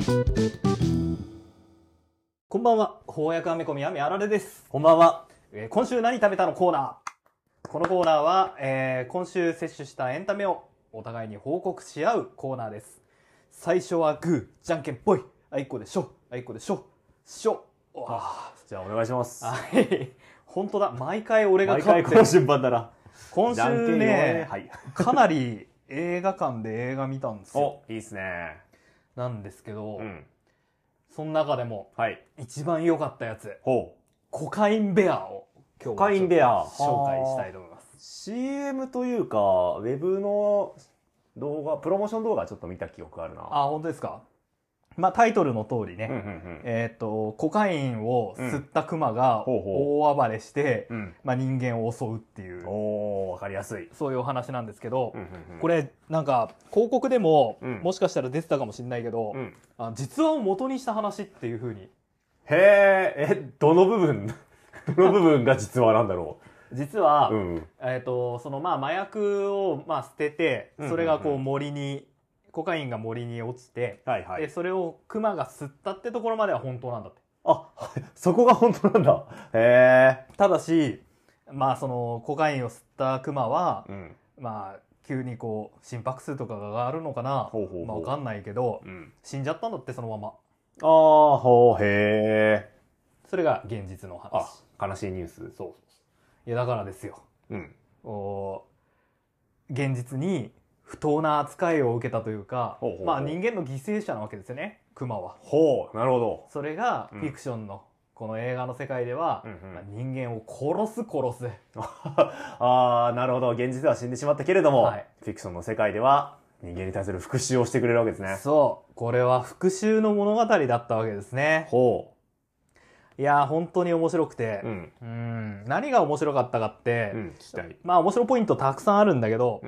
こんばんは、翻訳アメコミやみあられです。 こんばんは。 今週何食べたのコーナー。このコーナーは、今週摂取したエンタメをお互いに報告し合うコーナーです。最初はグー、じゃんけんぽい。あいこでしょ、あいこでしょ、しょ。 じゃあお願いします。 はい。本当だ、毎回俺が勝ってる。 毎回この順番だな。 今週ね、 はい、 かなり映画館で映画見たんですよ。 お、いいっすね。 なんですけど、 うん。 その中でも、 はい。 一番良かったやつ、 ほう。 コカインベアを今日コカインベア紹介したいと思います。 CM というか、ウェブの動画、プロモーション動画ちょっと見た記憶あるな。 あ、本当ですか。まあタイトルの通りね、コカインを吸ったクマが大暴れして、まあ人間を襲うっていう、 おー、わかりやすい。 そういうお話なんですけど、これなんか広告でも、もしかしたら出てたかもしれないけど、実話を元にした話っていう風に。 へー、どの部分どの部分が実話なんだろう。実は、そのまあ麻薬をまあ捨てて、それがこう森に、コカインが森に落ちて、でそれをクマが吸ったってところまでは本当なんだって。 あ、そこが本当なんだ。へー。ただし、まあそのコカインを吸ったクマは、まあ急にこう心拍数とかが上がるのかな、まあわかんないけど、死んじゃったんだってそのまま。 ああ、ほう、へー。それが現実の話。 あ、悲しいニュース。 そう。いやだからですよ。現実に不当な扱いを受けたというか、まあ人間の犠牲者なわけですよね、クマは。 ほう、なるほど。 それがフィクションのこの映画の世界では、人間を殺す。 ああ、なるほど。現実では死んでしまったけれども、フィクションの世界では人間に対する復讐をしてくれるわけですね。 そう。これは復讐の物語だったわけですね。 ほう。 いやー、本当に面白くて、何が面白かったかって、 聞きたい。 まあ面白ポイントたくさんあるんだけど、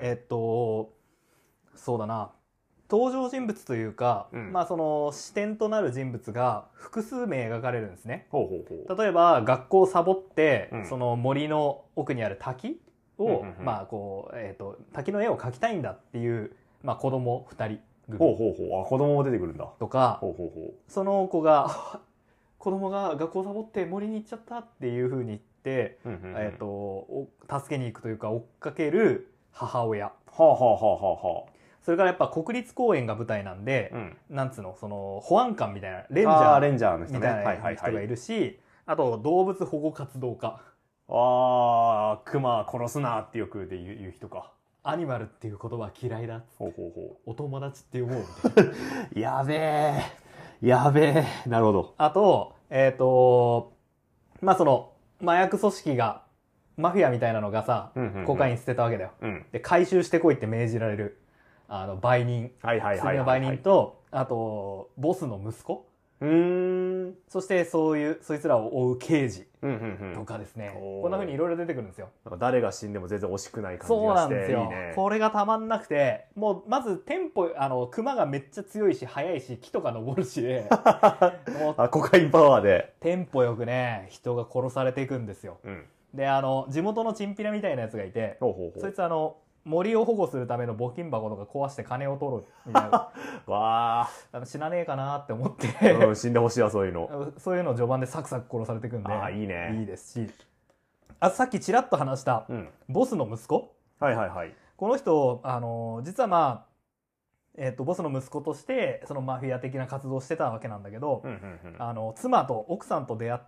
そうだな、登場人物というか、まあその視点となる人物が複数名描かれるんですね。例えば学校をサボって、その森の奥にある滝を、まあこう、滝の絵を描きたいんだっていう、まあ子供2人組。 あ、子供も出てくるんだ。 とか、その子が、子供が学校をサボって森に行っちゃったっていう風に言って、助けに行くというか追っかける母親。それからやっぱ国立公園が舞台なんで、なんつうの、その保安官みたいな、レンジャーみたいな人がいるし、あと動物保護活動家。 ああ、クマ殺すなってよくで言う人か。 アニマルっていう言葉嫌いだ。お友達って思うみたいな。 やべえ。やべえ。なるほど。 あと、まあ、その、麻薬組織が、マフィアみたいなのがさ、コカイン捨てたわけだよ。で、回収してこいって命じられる、売人。薬の売人と、あと、ボスの息子。そしてそいつらを追う刑事とかですね。こんな風にいろいろ出てくるんですよ。 誰が死んでも全然惜しくない感じがして。そうなんですよ。いいね。 これがたまんなくて、もうまずテンポ、熊がめっちゃ強いし速いし木とか登るしで、 もうコカインパワーでテンポよくね、人が殺されていくんですよ。で、地元のチンピラみたいなやつがいて、そいつ森を保護するための募金箱とか壊して金を取るみたいな。 わー。死なねえかなって思って死んでほしいわ、そういうの。 そういうのを序盤でサクサク殺されていくんで。 ああ、いいね。 いいですし。さっきちらっと話した、ボスの息子。この人、実はまあ、ボスの息子として、そのマフィア的な活動をしてたわけなんだけど、妻と奥さんと出会って、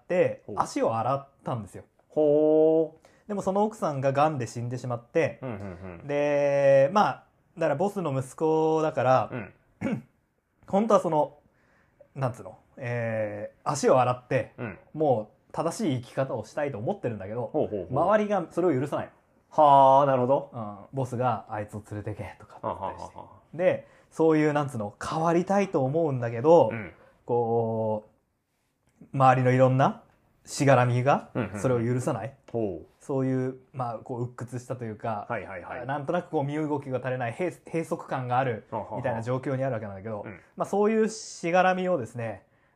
足を洗ったんですよ。でもその奥さんが癌で死んでしまって、で、まあ、だからボスの息子だから、本当はその、なんつうの、足を洗って、もう正しい生き方をしたいと思ってるんだけど、周りがそれを許さない。 はあ、なるほど。 ボスがあいつを連れてけとかって言ったりして。で、そういう、なんつうの、変わりたいと思うんだけど、こう、周りのいろんなしがらみがそれを許さない。そういう、まあ、こう、鬱屈したというか、なんとなくこう、身動きが足りない閉塞感があるみたいな状況にあるわけなんだけど、まあ、そういうしがらみをですね、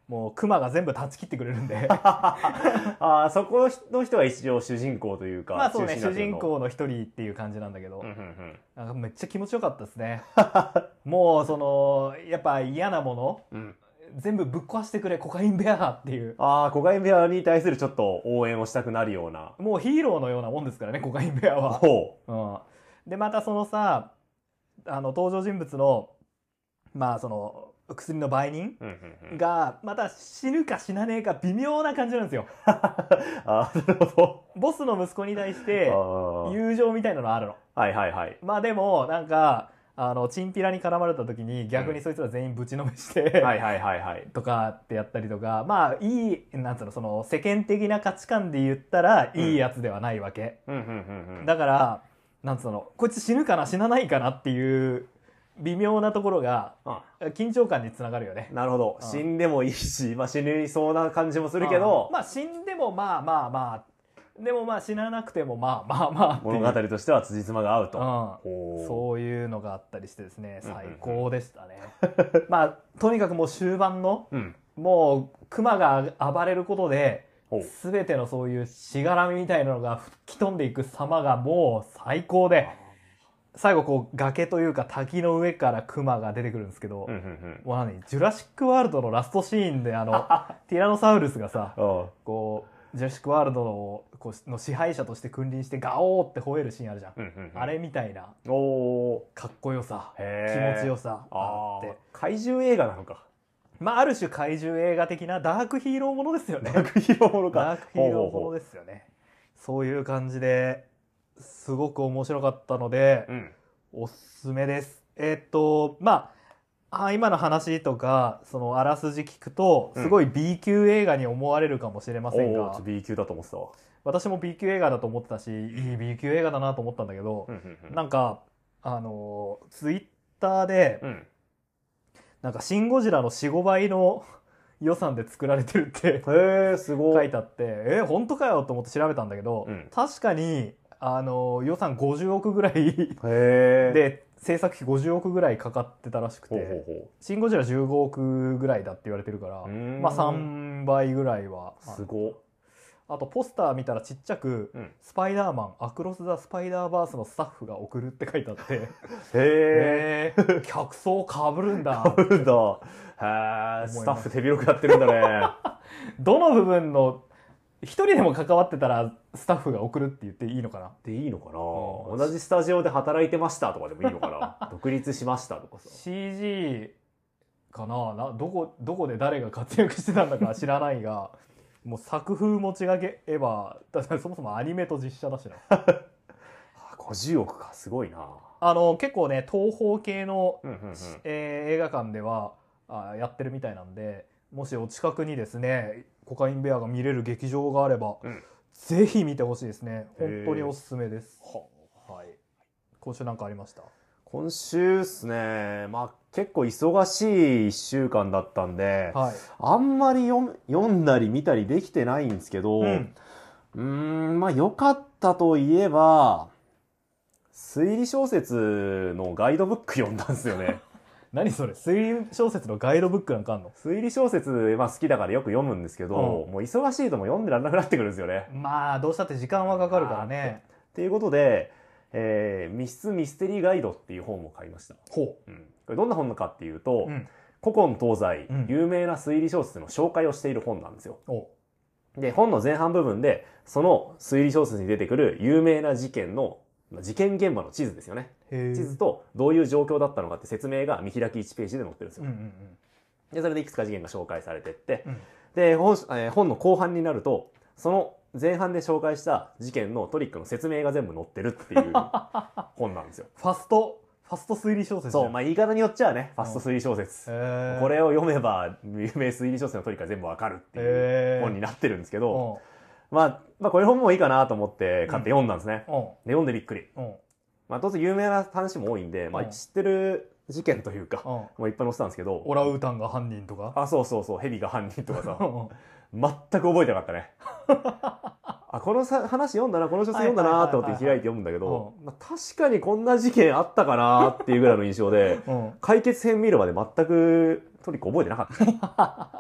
もうクマが全部断ち切ってくれるんであ、そこの人が一応主人公というか、 まあそうね、主人公の一人っていう感じなんだけど、なんかめっちゃ気持ちよかったですねもうそのやっぱ嫌なもの、全部ぶっ壊してくれコカインベアっていう。 コカインベアに対するちょっと応援をしたくなるような。 もうヒーローのようなもんですからね、コカインベアは。でまたそのさ、登場人物のまあその薬の売人がまた死ぬか死なねえか微妙な感じなんですよなるほど。 ボスの息子に対して友情みたいなのあるの。まあでもなんかチンピラに絡まれた時に逆にそいつら全員ぶちのめしてとかってやったりとか、まあいいなんつうの、その世間的な価値観で言ったらいいやつではないわけだから、なんつうの、こいつ死ぬかな死なないかなっていう微妙なところが緊張感につながるよね。 なるほど。死んでもいいし、まあ死にそうな感じもするけど、 まあ死んでもまあまあまあ、でもまあ死ななくてもまあまあまあ物語としては辻褄が合うと、 そういうのがあったりしてですね、最高でしたねまあとにかくもう終盤の、もうクマが暴れることで全てのそういうしがらみみたいなのが吹き飛んでいく様がもう最高で、最後こう崖というか滝の上からクマが出てくるんですけど、もう何、ジュラシックワールドのラストシーンでティラノサウルスがさこうジュラシックワールドの支配者として君臨してガオーって吠えるシーンあるじゃん、あれみたいなかっこよさ気持ちよさあって、 怪獣映画なのか。 まあある種怪獣映画的なダークヒーローものですよね。 ダークヒーローものか。 ダークヒーローものですよね。そういう感じですごく面白かったので、おすすめです。まあ今の話とかそのあらすじ聞くとすごい B 級映画に思われるかもしれませんが、 B 級だと思ってたわ。 私も B 級映画だと思ってたし、いい B 級映画だなと思ったんだけど、なんかツイッターで、なんかシン・ゴジラの 4,5 倍の予算で作られてるってすごい書いてあって、本当かよと思って調べたんだけど、確かに予算50億ぐらいで制作費50億ぐらいかかってたらしくて、シン・ゴジラ15億ぐらいだって言われてるから、まあ3倍ぐらいは。 すご。 あとポスター見たらちっちゃく、スパイダーマンアクロス・ザ・スパイダーバースのスタッフが送るって書いてあって、客層かぶるんだ。 かぶるんだ。スタッフ手広くやってるんだね。 どの部分の一人でも関わってたらスタッフが送るって言っていいのかな。 でいいのかな。同じスタジオで働いてましたとかでもいいのかな。独立しましたとかさ。 CG かな、どこで誰が活躍してたんだか知らないがもう作風持ちがければ、だってそもそもアニメと実写だしな 50億か、すごいな。 結構ね東宝系の、映画館ではやってるみたいなんで、もしお近くにですねコカインベアが見れる劇場があれば、ぜひ見てほしいですね。本当におすすめです。はい。今週なんかありました？ 今週っすね、まあ結構忙しい1週間だったんで、あんまり読んだり見たりできてないんですけど、まあ良かったといえば、推理小説のガイドブック読んだんですよね。 何それ、推理小説のガイドブックなんかあんの？ 推理小説、まあ好きだからよく読むんですけど、もう忙しいとも読んでらんなくなってくるんですよね。 まあどうしたって時間はかかるからね。 っていうことで、密室ミステリーガイドっていう本を買いました。これどんな本かっていうと、古今東西、有名な推理小説の紹介をしている本なんですよ。で、本の前半部分で、その推理小説に出てくる有名な事件の事件現場の地図ですよね。地図とどういう状況だったのかって説明が見開き1ページで載ってるんですよ。で、それでいくつか事件が紹介されてって、で、本の後半になると、その前半で紹介した事件のトリックの説明が全部載ってるっていう本なんですよ。 ファスト推理小説。 そう、まあ言い方によっちゃね、ファスト推理小説。これを読めば有名推理小説のトリックが全部わかるっていう本になってるんですけど、まあこれ本もいいかなと思って買って読んだんですね。で、読んでびっくり。まあ当然有名な話も多いんで、まあ知ってる事件というか、もういっぱい載せたんですけど。 オランウータンが犯人とか？ そう、ヘビが犯人とかさ、全く覚えてなかったね。この話読んだな、この小説読んだなと思って開いて読むんだけど、確かにこんな事件あったかなっていうぐらいの印象で、解決編見るまで全くトリック覚えてなかった。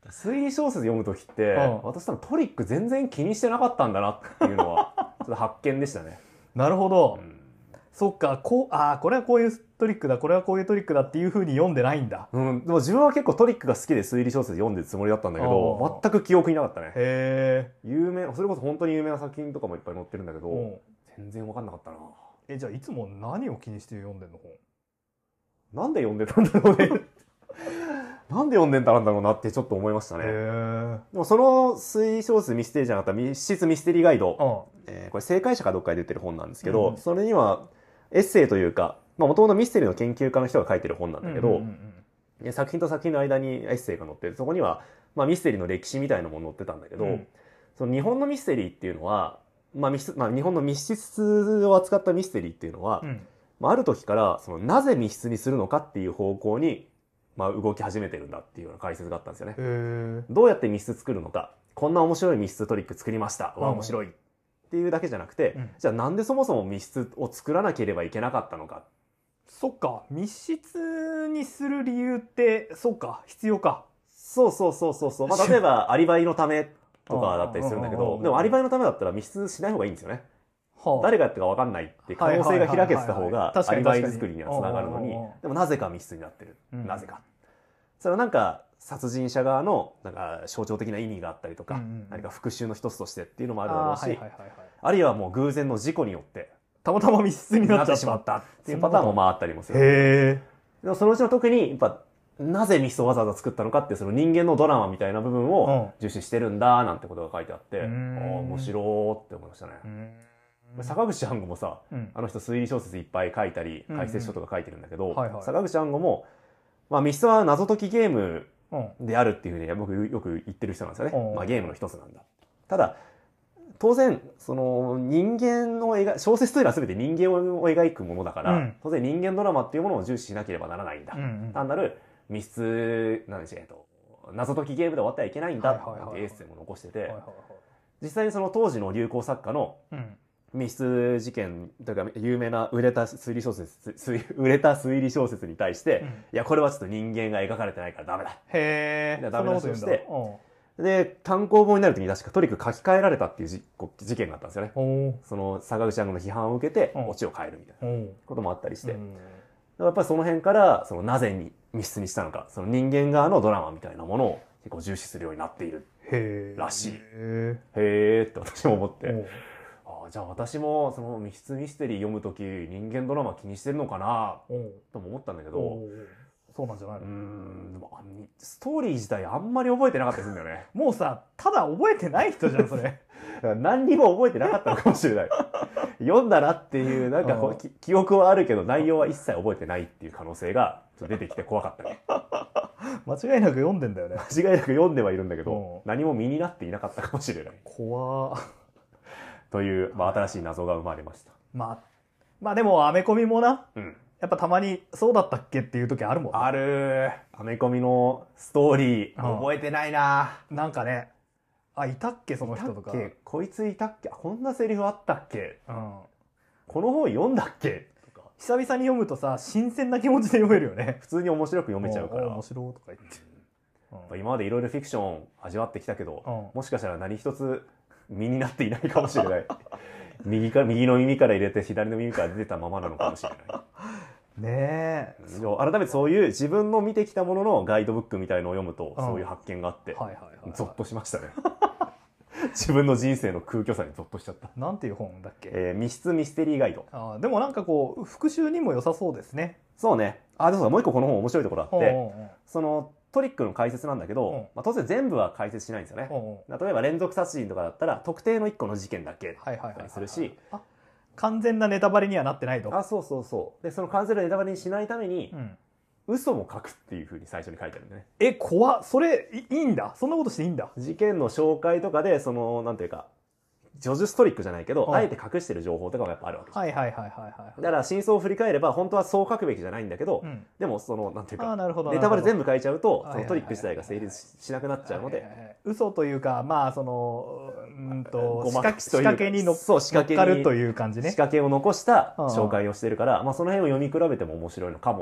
推理小説読むときって、私多分トリック全然気にしてなかったんだなっていうのは、ちょっと発見でしたね。 なるほど。そっか、これはこういうトリックだ、これはこういうトリックだっていう風に読んでないんだ。 でも自分は結構トリックが好きで推理小説読んでるつもりだったんだけど、全く記憶になかったね。それこそ本当に有名な作品とかもいっぱい載ってるんだけど、全然分かんなかったな。 じゃあいつも何を気にして読んでんの本？ なんで読んでたんだろうね。なんで読んでたんだろうなってちょっと思いましたね。でもその推理小説ミステリーじゃなかった密室ミステリーガイド、これ正解者かどっかで出てる本なんですけど、それにはエッセイというか、もともとミステリーの研究家の人が書いてる本なんだけど、作品と作品の間にエッセイが載ってる。そこには、ミステリーの歴史みたいなもの載ってたんだけど、その日本のミステリーっていうのは、日本の密室を扱ったミステリーっていうのは、ある時からそのなぜ密室にするのかっていう方向に、動き始めてるんだっていうような解説があったんですよね。どうやって密室作るのか、こんな面白い密室トリック作りました。面白い。っていうだけじゃなくて、じゃあなんでそもそも密室を作らなければいけなかったのか。 そっか、密室にする理由って、そうか、必要か。 そう。例えばアリバイのためとかだったりするんだけど、でもアリバイのためだったら密室しない方がいいんですよね。誰がやったか分かんないって可能性が開けてた方がアリバイ作りにはつながるのに、でもなぜか密室になってる。なぜか。それはなんか殺人者側のなんか象徴的な意味があったりとか、何か復讐の一つとしてっていうのもあるだろうし、あるいはもう偶然の事故によってたまたま密室になってしまったっていうパターンもあったりもする。でもそのうちの特にやっぱなぜ密室をわざわざ作ったのかっていうその人間のドラマみたいな部分を重視してるんだなんてことが書いてあって、面白って思いましたね。坂口安吾もさ、あの人推理小説いっぱい書いたり解説書とか書いてるんだけど、坂口安吾も密室は謎解きゲームであるっていうふうに僕よく言ってる人なんですよね。ゲームの一つなんだ。ただ当然その人間の小説というのは全て人間を描くものだから、当然人間ドラマっていうものを重視しなければならないんだ。単なる密室謎解きゲームで終わってはいけないんだっていうエッセイも残してて、実際にその当時の流行作家の密室事件というか有名な売れた推理小説に対して、いやこれはちょっと人間が描かれてないからダメだ。ダメ出しをして、で単行本になる時に確かトリック書き換えられたっていう事件があったんですよね。その坂口安吾の批判を受けてオチを変えるみたいなこともあったりして、やっぱりその辺からそのなぜに密室にしたのか、その人間側のドラマみたいなものを結構重視するようになっているらしい。へーって私も思って。じゃあ私もその密室ミステリー読むとき人間ドラマ気にしてるのかなとも思ったんだけど、 そうなんじゃないの？ でもストーリー自体あんまり覚えてなかったりするんだよね。 もうさ、ただ覚えてない人じゃんそれ。 何にも覚えてなかったのかもしれない。読んだなっていうなんか記憶はあるけど内容は一切覚えてないっていう可能性が出てきて怖かったね。 間違いなく読んでんだよね。 間違いなく読んではいるんだけど、何も身になっていなかったかもしれない。 怖という、新しい謎が生まれました。 まあでもアメコミもな、やっぱたまにそうだったっけっていう時あるもんね。 あるアメコミのストーリー、覚えてないな。 なんかね、いたっけその人とか。 こいついたっけ、こんなセリフあったっけ、この本読んだっけとか。 久々に読むとさ、新鮮な気持ちで読めるよね。 普通に面白く読めちゃうから。 面白とか言って。 今までいろいろフィクション味わってきたけど、もしかしたら何一つ身になっていないかもしれない。右の耳から入れて左の耳から出てたままなのかもしれない。 ねえ。 改めてそういう自分の見てきたもののガイドブックみたいのを読むと、そういう発見があって、ゾッとしましたね。自分の人生の空虚さにゾッとしちゃった。 なんていう本だっけ？ 密室ミステリーガイド。 でもなんかこう復習にも良さそうですね。 そうね。でももう一個この本面白いところあって、そのトリックの解説なんだけど、当然全部は解説しないんですよね。例えば連続殺人とかだったら特定の一個の事件だけだったりするし、 完全なネタバレにはなってないと。 そう。でその完全なネタバレにしないために、嘘も書くっていう風に最初に書いてあるんでね。 怖っ。それいいんだ。そんなことしていいんだ。 事件の紹介とかでそのなんていうか叙述トリックじゃないけど、あえて隠してる情報とかもやっぱあるわけです。だから真相を振り返れば本当はそう書くべきじゃないんだけど、でもそのなんていうかネタバレ全部書いちゃうとそのトリック自体が成立しなくなっちゃうので、 嘘というかその仕掛けに乗っかるという感じね。 仕掛けを残した紹介をしてるから、その辺を読み比べても面白いのかも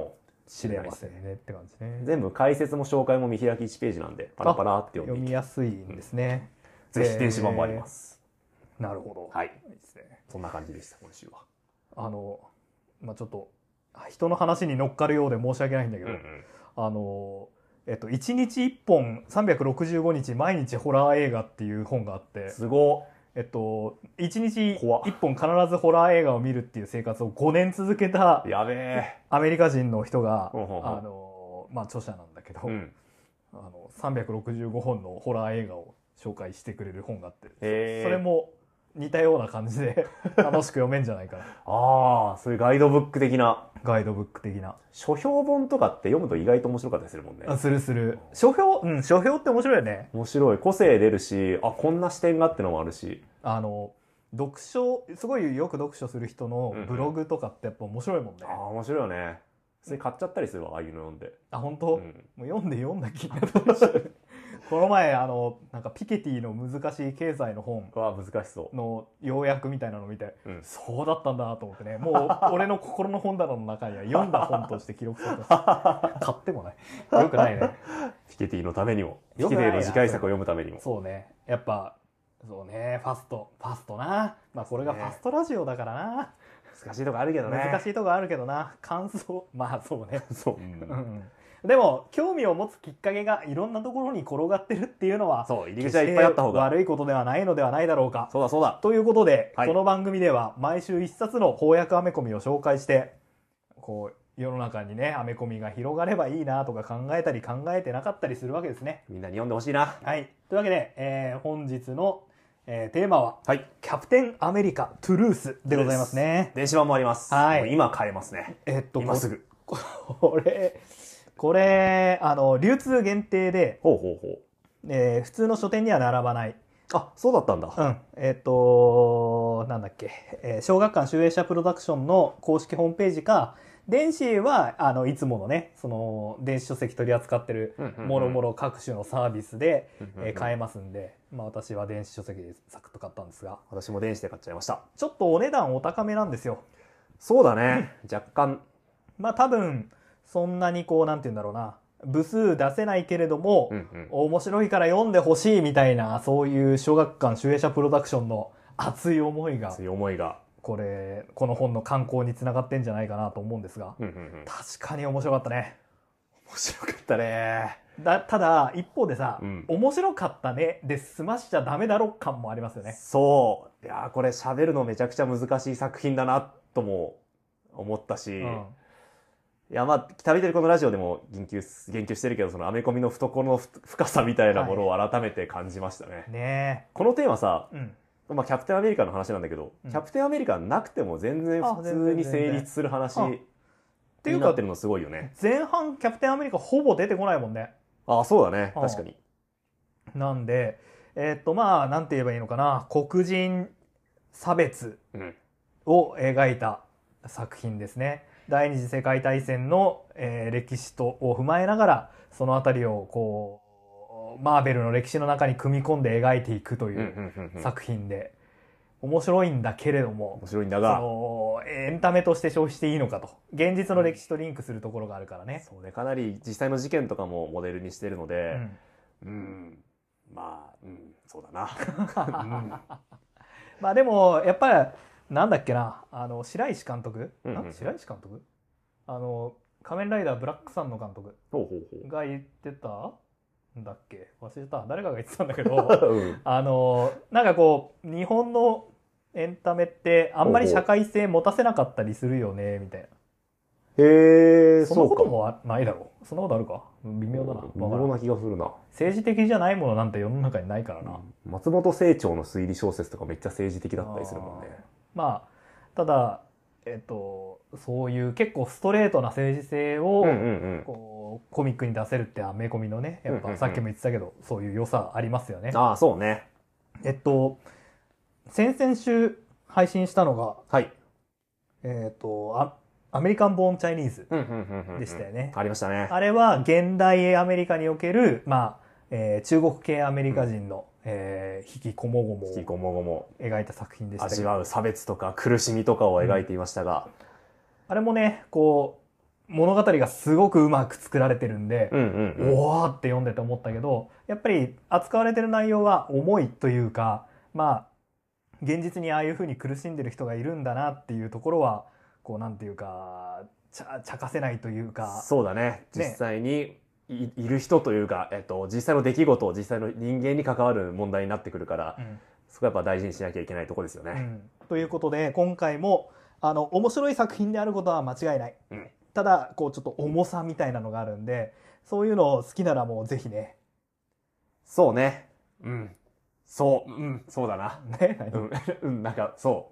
しれませんねって感じね。 全部解説も紹介も見開き1ページなんでパラパラって読みやすいんですね。 ぜひ電子版もあります。 なるほど。 はい。いいですね。そんな感じでした今週は。 ちょっと人の話に乗っかるようで申し訳ないんだけど、1日1本365日毎日ホラー映画っていう本があって、 すごっ。1日1本必ずホラー映画を見るっていう生活を5年続けたやべえアメリカ人の人が著者なんだけど、365本のホラー映画を紹介してくれる本があって、それも似たような感じで楽しく読めんじゃないかな。 ああ、そういうガイドブック的な。 ガイドブック的な。 書評本とかって読むと意外と面白かったりするもんね。 する。書評って面白いよね。 面白い。個性出るし、こんな視点がってのもあるし。 読書、すごいよく読書する人のブログとかってやっぱ面白いもんね。 面白いよね。それ買っちゃったりするわ、ああいうの読んで。 本当？もう読んだ気になってました。この前なんかピケティの難しい経済の本難しそうの要約みたいなのを見て、そうだったんだと思ってね、もう俺の心の本棚の中には読んだ本として記録されてます。買ってもないよくないね。 ピケティのためにも、ピケティの次回作を読むためにも。 そうね、やっぱそうね、ファストな、これがファストラジオだからな。 難しいとこあるけどね。 難しいとこあるけどな。感想そうね。そう。でも興味を持つきっかけがいろんなところに転がってるっていうのは、 そう、入り口はいっぱいあった方が悪いことではないのではないだろうか。 そうだ。 ということで、この番組では毎週一冊の翻訳アメコミを紹介して、世の中にねアメコミが広がればいいなとか考えたり考えてなかったりするわけですね。 みんなに読んでほしいな。 はい。というわけで、本日のテーマは、キャプテンアメリカトゥルースでございますね。 電子版もあります。 はい。 今買えますね。今すぐ。 これ流通限定で、普通の書店には並ばない。 そうだったんだ。 なんだっけ、小学館集英社プロダクションの公式ホームページか、電子はいつものね、その電子書籍取り扱ってるもろもろ各種のサービスで買えますんで、私は電子書籍でサクッと買ったんですが、 私も電子で買っちゃいました。 ちょっとお値段お高めなんですよ。 そうだね。若干。 多分そんなになんて言うんだろうな、部数出せないけれども、面白いから読んでほしいみたいな、そういう小学館集英社プロダクションの熱い思いがこの本の刊行につながってんじゃないかなと思うんですが、確かに面白かったね。 面白かったね。 ただ一方でさ、面白かったねで済ましちゃダメだろ感もありますよね。 そう。いやこれ喋るのめちゃくちゃ難しい作品だなとも思ったし、いやたびたびこのラジオでも言及してるけど、そのアメコミの懐の深さみたいなものを改めて感じましたね。このテーマさ、キャプテンアメリカの話なんだけど、キャプテンアメリカなくても全然普通に成立する話になってるのすごいよね。 前半キャプテンアメリカほぼ出てこないもんね。 そうだね、確かに。 なんでなんて言えばいいのかな、黒人差別を描いた作品ですね。第二次世界大戦の、歴史を踏まえながら、そのあたりをマーベルの歴史の中に組み込んで描いていくという作品で、面白いんだけれども、エンタメとして消費していいのかと、現実の歴史とリンクするところがあるからね。 そうね、かなり実際の事件とかもモデルにしてるので、そうだな。でもやっぱりなんだっけな、白石監督、白石監督、仮面ライダーブラックサンの監督が言ってたんだっけ、忘れた、誰かが言ってたんだけどなんか日本のエンタメってあんまり社会性持たせなかったりするよねみたいな。そんなこともないだろう。そんなことあるか、微妙だな。 微妙な気がするな。 政治的じゃないものなんて世の中にないからな。 松本清張の推理小説とかめっちゃ政治的だったりするもんね。 ただそういう結構ストレートな政治性をコミックに出せるってアメコミのね、やっぱさっきも言ってたけど、そういう良さありますよね。 そうね。 先々週配信したのが、アメリカン・ボーン・チャイニーズでしたよね。 ありましたね。 あれは現代アメリカにおける中国系アメリカ人の引きこもごもを描いた作品でしたけど、 味わう差別とか苦しみとかを描いていましたが、 あれもね物語がすごくうまく作られてるんで、おーって読んでて思ったけど、やっぱり扱われてる内容は重いというか、まあ現実にああいう風に苦しんでる人がいるんだなっていうところはこうなんていうか茶化せないというか。 そうだね。実際にいる人というか、実際の出来事、実際の人間に関わる問題になってくるから、そこはやっぱ大事にしなきゃいけないところですよね。 ということで今回も面白い作品であることは間違いない。ただこうちょっと重さみたいなのがあるんで、そういうのを好きならもうぜひね。 そうね。そうだな。なんかそう。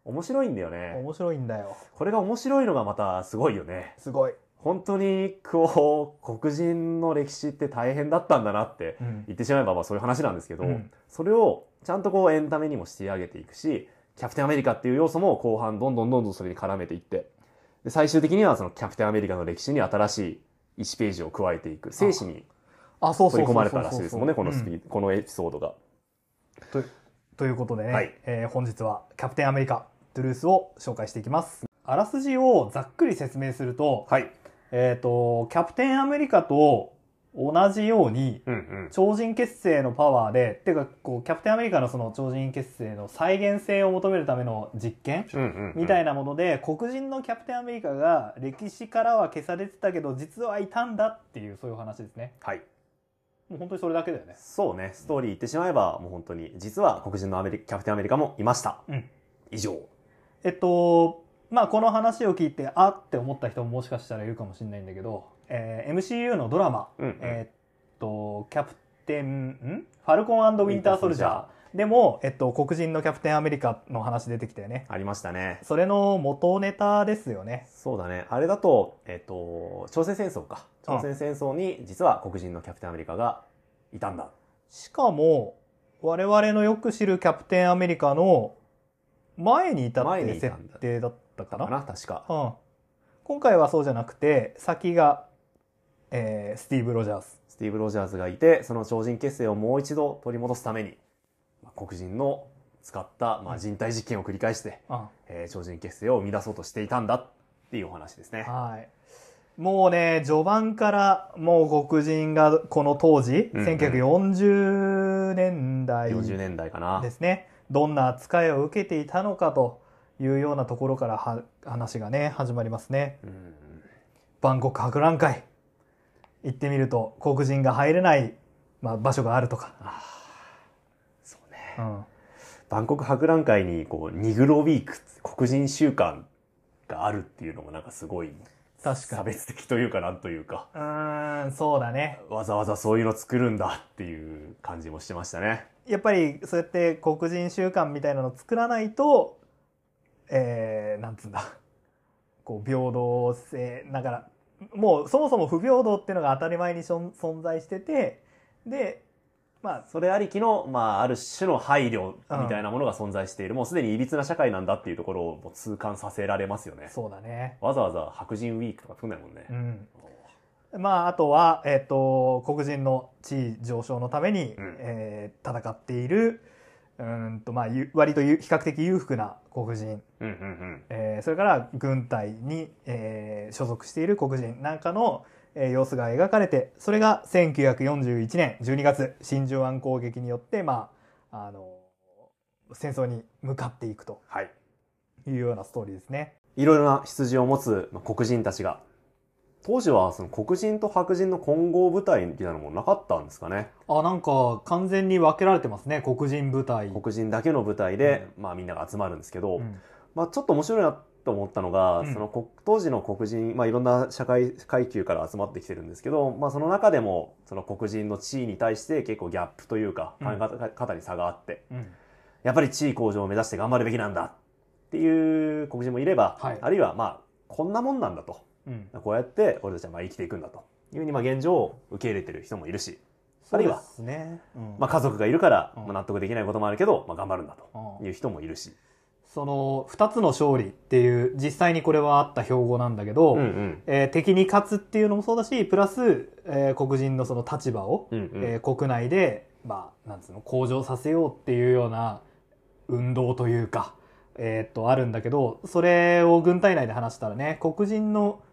面白いんだよね。 面白いんだよ。 これが面白いのがまたすごいよね。 すごい。 本当にこう黒人の歴史って大変だったんだなって言ってしまえばまあそういう話なんですけど、それをちゃんとこうエンタメにもしてあげていくし、キャプテンアメリカっていう要素も後半どんどんそれに絡めていって、で最終的にはそのキャプテンアメリカの歴史に新しい1ページを加えていく生死に取り込まれたらしいですもんね、このエピソードが。 ということでね、本日はキャプテンアメリカトゥルースを紹介していきます。あらすじをざっくり説明すると、キャプテンアメリカと同じように超人結成のパワーで、っていうかこうキャプテンアメリカのその超人結成の再現性を求めるための実験みたいなもので、黒人のキャプテンアメリカが歴史からは消されてたけど実はいたんだっていう、そういう話ですね。 はい。 もう本当にそれだけだよね。 そうね。ストーリー言ってしまえばもう本当に実は黒人のキャプテンアメリカもいました。以上。 まあこの話を聞いてあって思った人ももしかしたらいるかもしれないんだけど、MCU のドラマ、キャプテンファルコン&ウィンターソルジャーでも、黒人のキャプテンアメリカの話出てきたよね。 ありましたね。 それの元ネタですよね。 そうだね。あれだと、朝鮮戦争か。朝鮮戦争に実は黒人のキャプテンアメリカがいたんだ。 しかも我々のよく知るキャプテンアメリカの前にいたっていう設定だったかな、 確か。 今回はそうじゃなくて、先が、スティーブ・ロジャーズ。 スティーブ・ロジャーズがいて、その超人結成をもう一度取り戻すために、黒人の使った、人体実験を繰り返して、超人結成を生み出そうとしていたんだっていうお話ですね。 はい。もうね、序盤からもう黒人がこの当時、1940年代。 40年代かな。 ですね。どんな扱いを受けていたのかというようなところから話がね、始まりますね。バンコク博覧会。行ってみると黒人が入れない、場所があるとか。 そうね。バンコク博覧会にこうニグロウィーク、黒人週間があるっていうのもなんかすごい差別的というかなんというか。 そうだね。 わざわざそういうの作るんだっていう感じもしてましたね。 やっぱりそうやって黒人週間みたいなのを作らないと、なんつうんだ、こう平等性だから、もうそもそも不平等っていうのが当たり前に存在してて、でそれありきの、ある種の配慮みたいなものが存在している、もうすでにいびつな社会なんだっていうところを痛感させられますよね。 そうだね。 わざわざ白人ウィークとか作んないもんね。 あとは、黒人の地位上昇のために、戦っている、割と比較的裕福な黒人、それから軍隊に、所属している黒人なんかの、様子が描かれて、それが1941年12月真珠湾攻撃によって、戦争に向かっていくというようなストーリーですね。 いろいろな出自を持つ黒人たちが、当時はその黒人と白人の混合部隊みたいなのもなかったんですかね。 なんか完全に分けられてますね、黒人部隊。 黒人だけの部隊で、みんなが集まるんですけど、ちょっと面白いなと思ったのが、その当時の黒人、いろんな社会階級から集まってきてるんですけど、その中でもその黒人の地位に対して結構ギャップというか考え方に差があって、やっぱり地位向上を目指して頑張るべきなんだっていう黒人もいれば、あるいはこんなもんなんだと。こうやって俺たちは生きていくんだというふうに現状を受け入れてる人もいるし、あるいは、家族がいるから納得できないこともあるけど、頑張るんだという人もいるし、 その2つの勝利っていう実際にこれはあった標語なんだけど、敵に勝つっていうのもそうだし、プラス、黒人のその立場を、国内でなんつうの向上させようっていうような運動というか。あるんだけど、それを軍隊内で話したらね、黒人の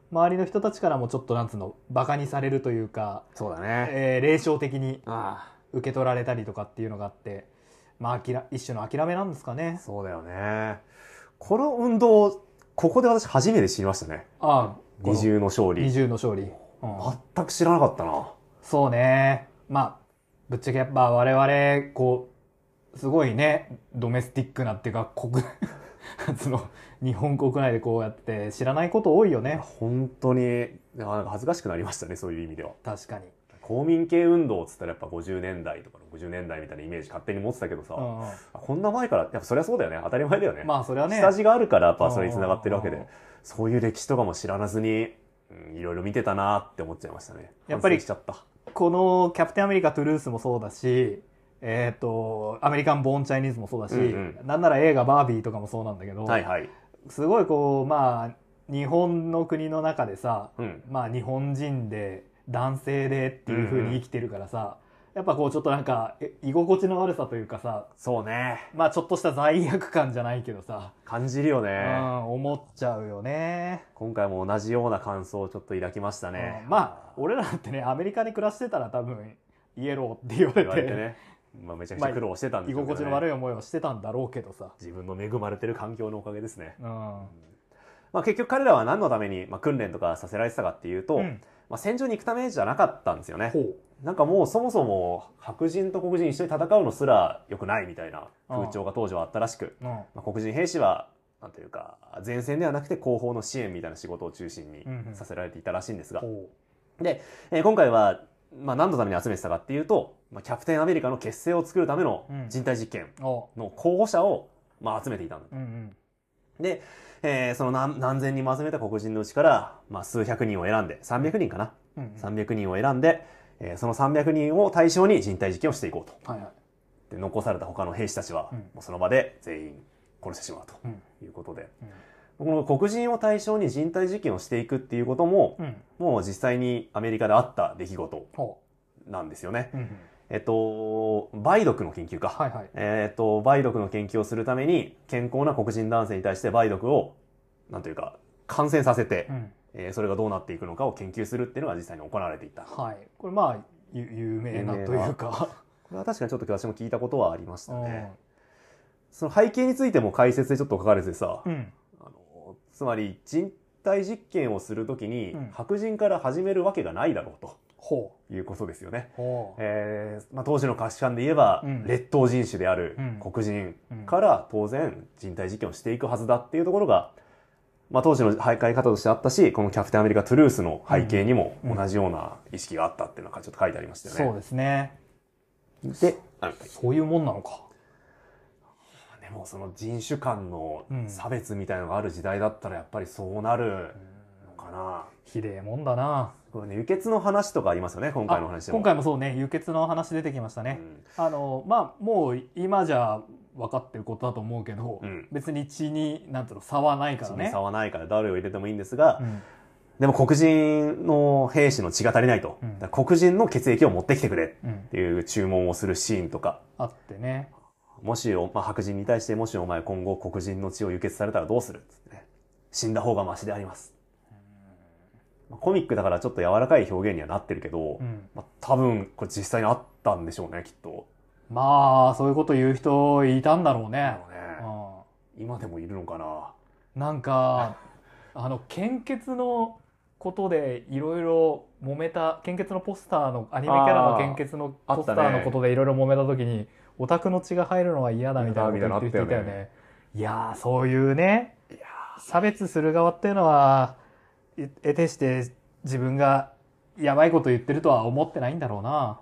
周りの人たちからもちょっとなんつうのバカにされるというか、 そうだね、 霊障的に受け取られたりとかっていうのがあって、まあ一種の諦めなんですかね。 そうだよね。この運動ここで私初めて知りましたね。二重の勝利。 二重の勝利、 全く知らなかったな。 そうね。まあぶっちゃけやっぱ我々こうすごいねドメスティックなっていうかその日本国内でこうやって知らないこと多いよね。 本当になんか恥ずかしくなりましたね、そういう意味では。 確かに。 公民系運動っつったらやっぱ50年代とか60年代みたいなイメージ勝手に持ってたけどさ、こんな前からやっぱそりゃそうだよね、当たり前だよね。 まあそれはね、 下地があるからやっぱそれに繋がってるわけで、そういう歴史とかも知らずに、いろいろ見てたなって思っちゃいましたね。 やっぱりしちゃった。 このキャプテンアメリカトゥルースもそうだし、アメリカンボーンチャイニーズもそうだし、なんなら映画バービーとかもそうなんだけど、すごいこうまあ日本の国の中でさ、まあ日本人で男性でっていう風に生きてるからさ、やっぱこうちょっとなんか居心地の悪さというかさ、 そうね、 まあちょっとした罪悪感じゃないけどさ、 感じるよね。 思っちゃうよね。 今回も同じような感想をちょっと抱きましたね。 まあ俺らってねアメリカに暮らしてたら多分イエローって言われてね、 まあめちゃくちゃ苦労してたんでしょうね。居心地の悪い思いをしてたんだろうけどさ、 自分の恵まれてる環境のおかげですね。まあ結局彼らは何のために訓練とかさせられてたかっていうと、まあ戦場に行くためじゃなかったんですよね。なんかもうそもそも白人と黒人一緒に戦うのすら良くないみたいな風潮が当時はあったらしく、まあ黒人兵士はなんというか前線ではなくて後方の支援みたいな仕事を中心にさせられていたらしいんですが、で、今回はまあ何のために集めてたかっていうと、まあ、キャプテンアメリカの結成を作るための人体実験の候補者をまあ集めていたんだ。で、その何千人も集めた黒人のうちから、まあ、数百人を選んで、300人かな、300人を選んで、その300人を対象に人体実験をしていこうと。で残された他の兵士たちは、もうその場で全員殺してしまうということで、この黒人を対象に人体実験をしていくっていうことも、もう実際にアメリカであった出来事なんですよね。梅毒の研究か。梅毒の研究をするために健康な黒人男性に対して梅毒をなんというか感染させて、それがどうなっていくのかを研究するっていうのが実際に行われていた。 これまあ有名なというかこれは確かにちょっと私も聞いたことはありましたね。その背景についても解説でちょっと書かれてさ、つまり人体実験をするときに白人から始めるわけがないだろうと。いうことですよね。まあ、当時の価値観で言えば、劣等人種である黒人から当然人体実験をしていくはずだっていうところが、まあ、当時の徘徊方としてあったし、このキャプテンアメリカトゥルースの背景にも同じような意識があったっていうのがちょっと書いてありましたよね。 そうですね。 で、 そういうもんなのか。 でもその人種間の差別みたいなのがある時代だったらやっぱりそうなるのかな。 ひでえもんだな。 これね、輸血の話とかありますよね、今回の話でも。 今回もそうね、輸血の話出てきましたね。まあもう今じゃ分かってることだと思うけど、別に血になんていうの差はないからね。 血に差はないから誰を入れてもいいんですが、でも黒人の兵士の血が足りないと、黒人の血液を持ってきてくれっていう注文をするシーンとかあってね。 もしまあ、白人に対してもしお前今後黒人の血を輸血されたらどうするっつって、ね、死んだ方がマシであります。コミックだからちょっと柔らかい表現にはなってるけど、まあ、多分これ実際にあったんでしょうね、きっと。 まあそういうこと言う人いたんだろうね。 今でもいるのかな。 なんか献血のことでいろいろ揉めた、献血のポスターのアニメキャラの献血のポスターのことでいろいろ揉めた時に、オタクの血が入るのは嫌だみたいなこと言ってる人いたよね。いやー、そういうね、差別する側っていうのは得てして自分がやばいこと言ってるとは思ってないんだろうな。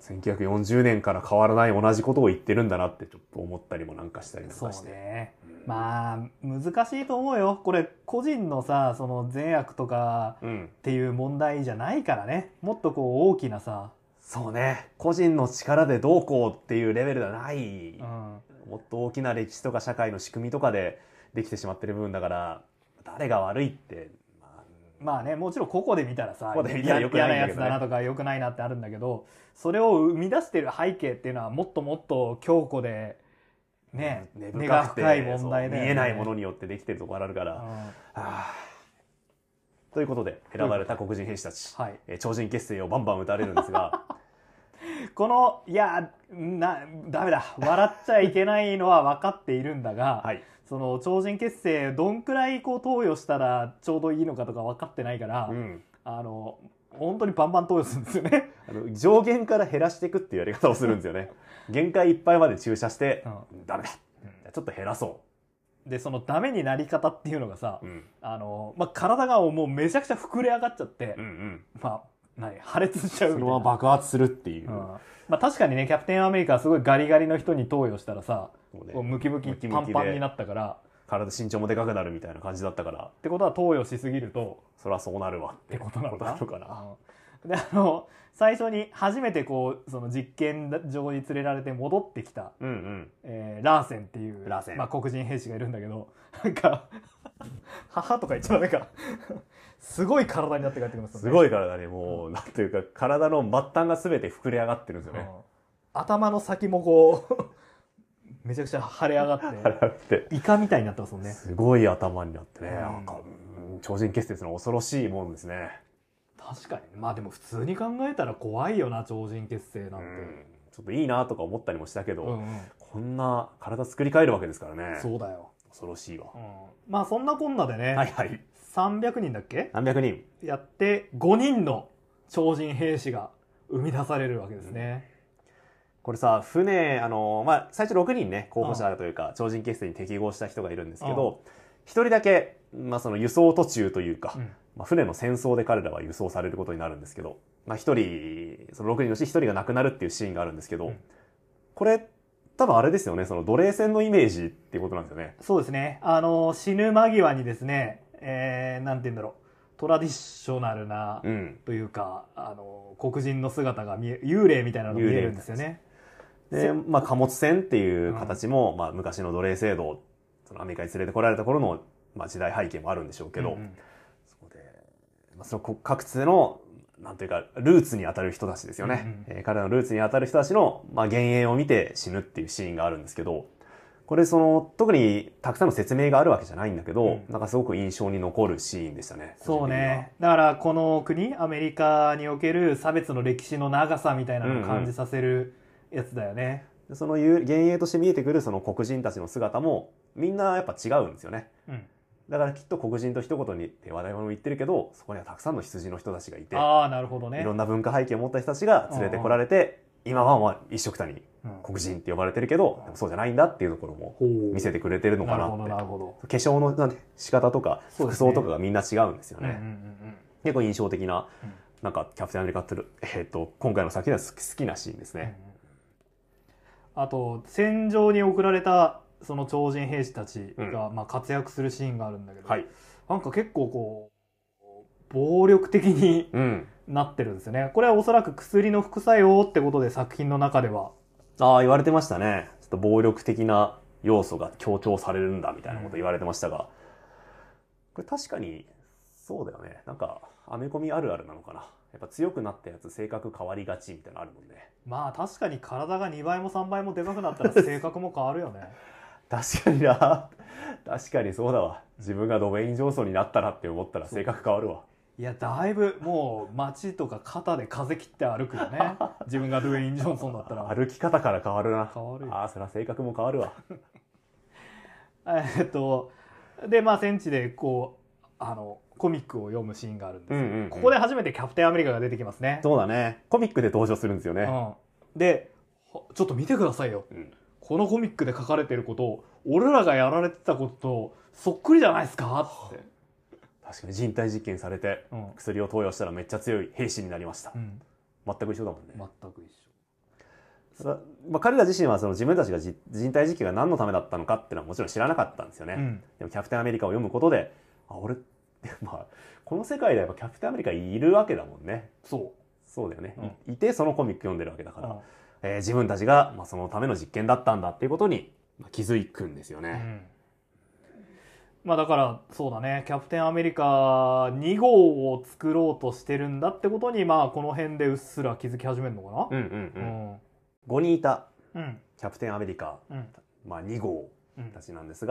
1940年から変わらない同じことを言ってるんだなってちょっと思ったりもなんかしたりなんかして。 そうね。まあ難しいと思うよ。これ個人のさ、その善悪とかっていう問題じゃないからね。もっとこう大きなさ。 そうね。個人の力でどうこうっていうレベルではない。もっと大きな歴史とか社会の仕組みとかでできてしまってる部分だから、誰が悪いって。 まあね、もちろん個々で見たらさ、嫌なやつだなとか良くないなってあるんだけど、それを生み出してる背景っていうのはもっともっと強固でね、根が深い問題で、 見えないものによってできてるところあるから、 ということで選ばれた黒人兵士たち、超人結成をバンバン打たれるんですがこのいやダメだ笑っちゃいけないのは分かっているんだが、その超人結成どんくらいこう投与したらちょうどいいのかとか分かってないから、本当にバンバン投与するんですよね。 上限から減らしていくっていうやり方をするんですよね。限界いっぱいまで注射して、ダメだ、ちょっと減らそう。 でそのダメになり方っていうのがさ、体がもうめちゃくちゃ膨れ上がっちゃって、破裂しちゃうみたいな。 そのまま爆発するっていう。 確かにね、キャプテンアメリカはすごいガリガリの人に投与したらさ、ムキムキパンパンになったから、 体身長もでかくなるみたいな感じだったから。 ってことは投与しすぎるとそりゃそうなるわってことなのかな。で最初に初めてこうその実験場に連れられて戻ってきた、ラーセンっていう黒人兵士がいるんだけど、なんか母とか言っちゃダメかすごい体になって帰ってきますよね。 すごい体にもうなんていうか体の末端が全て膨れ上がってるんですよね。 頭の先もこうめちゃくちゃ腫れ上がってイカみたいになってますもんね。 すごい頭になってね、超人結成するの恐ろしいもんですね。 確かに。まあでも普通に考えたら怖いよな、超人結成なんて。 ちょっといいなとか思ったりもしたけど、こんな体作り変えるわけですからね。 そうだよ。 恐ろしいわ。 まあそんなこんなでね、300人だっけ ？300人やって5人の超人兵士が生み出されるわけですね。 これさ、船最初6人ね候補者というか超人結成に適合した人がいるんですけど、1人だけその輸送途中というか、船の戦争で彼らは輸送されることになるんですけど、1人その6人のうち1人が亡くなるっていうシーンがあるんですけど、これ多分あれですよね、その奴隷戦のイメージっていうことなんですよね。 そうですね。死ぬ間際にですね、なんて言うんだろう、トラディショナルな、というか黒人の姿が幽霊みたいなのが見えるんですよね。 で、貨物船っていう形も、昔の奴隷制度、そのアメリカに連れてこられた頃の、時代背景もあるんでしょうけど、その各地のなんというかルーツに当たる人たちですよね。彼らのルーツに当たる人たちの、幻影を見て死ぬっていうシーンがあるんですけど、これ特にたくさんの説明があるわけじゃないんだけど、なんかすごく印象に残るシーンでしたね。 そうね。だからこの国アメリカにおける差別の歴史の長さみたいなのを感じさせるやつだよね。 その幻影として見えてくるその黒人たちの姿もみんなやっぱ違うんですよね。だからきっと黒人と一言にって話題も言ってるけど、そこにはたくさんの羊の人たちがいて、 なるほどね。 いろんな文化背景を持った人たちが連れてこられて、今は一緒くたに黒人って呼ばれてるけど、でもそうじゃないんだっていうところも見せてくれてるのかなって。化粧の仕方とか服装とかがみんな違うんですよね。結構印象的な、なんかキャプテンアメリカって今回の作品では好きなシーンですね。 あと戦場に送られたその超人兵士たちが活躍するシーンがあるんだけど、なんか結構こう暴力的になってるんですよね。これはおそらく薬の副作用ってことで作品の中では言われてましたね。ちょっと暴力的な要素が強調されるんだみたいなこと言われてましたが、これ確かにそうだよね。なんかアメコミあるあるなのかな。やっぱ強くなったやつ性格変わりがちみたいなのあるもんね。 確かに体が2倍も3倍もでかくなったら性格も変わるよね。 確かにな。確かにそうだわ。自分がドウェイン・ジョンソンになったらって思ったら性格変わるわ。 いやだいぶもう街とか肩で風切って歩くよね。自分がドウェイン・ジョンソンだったら歩き方から変わるな。 変わるよ。 そりゃ性格も変わるわ。 で戦地でこうコミックを読むシーンがあるんですよ。ここで初めてキャプテンアメリカが出てきますね。 そうだね。コミックで登場するんですよね。 でちょっと見てくださいよ。このコミックで書かれてることを俺らがやられてたこととそっくりじゃないですかって。 確かに人体実験されて、薬を投与したらめっちゃ強い兵士になりました。全く一緒だもんね。 全く一緒。 彼ら自身はその自分たちが人体実験が何のためだったのかっていうのはもちろん知らなかったんですよね。でもキャプテンアメリカを読むことで俺この世界でやっぱキャプテンアメリカいるわけだもんね。そうだよね。いてそのコミック読んでるわけだから、自分たちがそのための実験だったんだっていうことに気づくんですよね。 だからそうだね、キャプテンアメリカ2号を作ろうとしてるんだってことにこの辺でうっすら気づき始めるのかな。 5人いたキャプテンアメリカ、2号たちなんですが、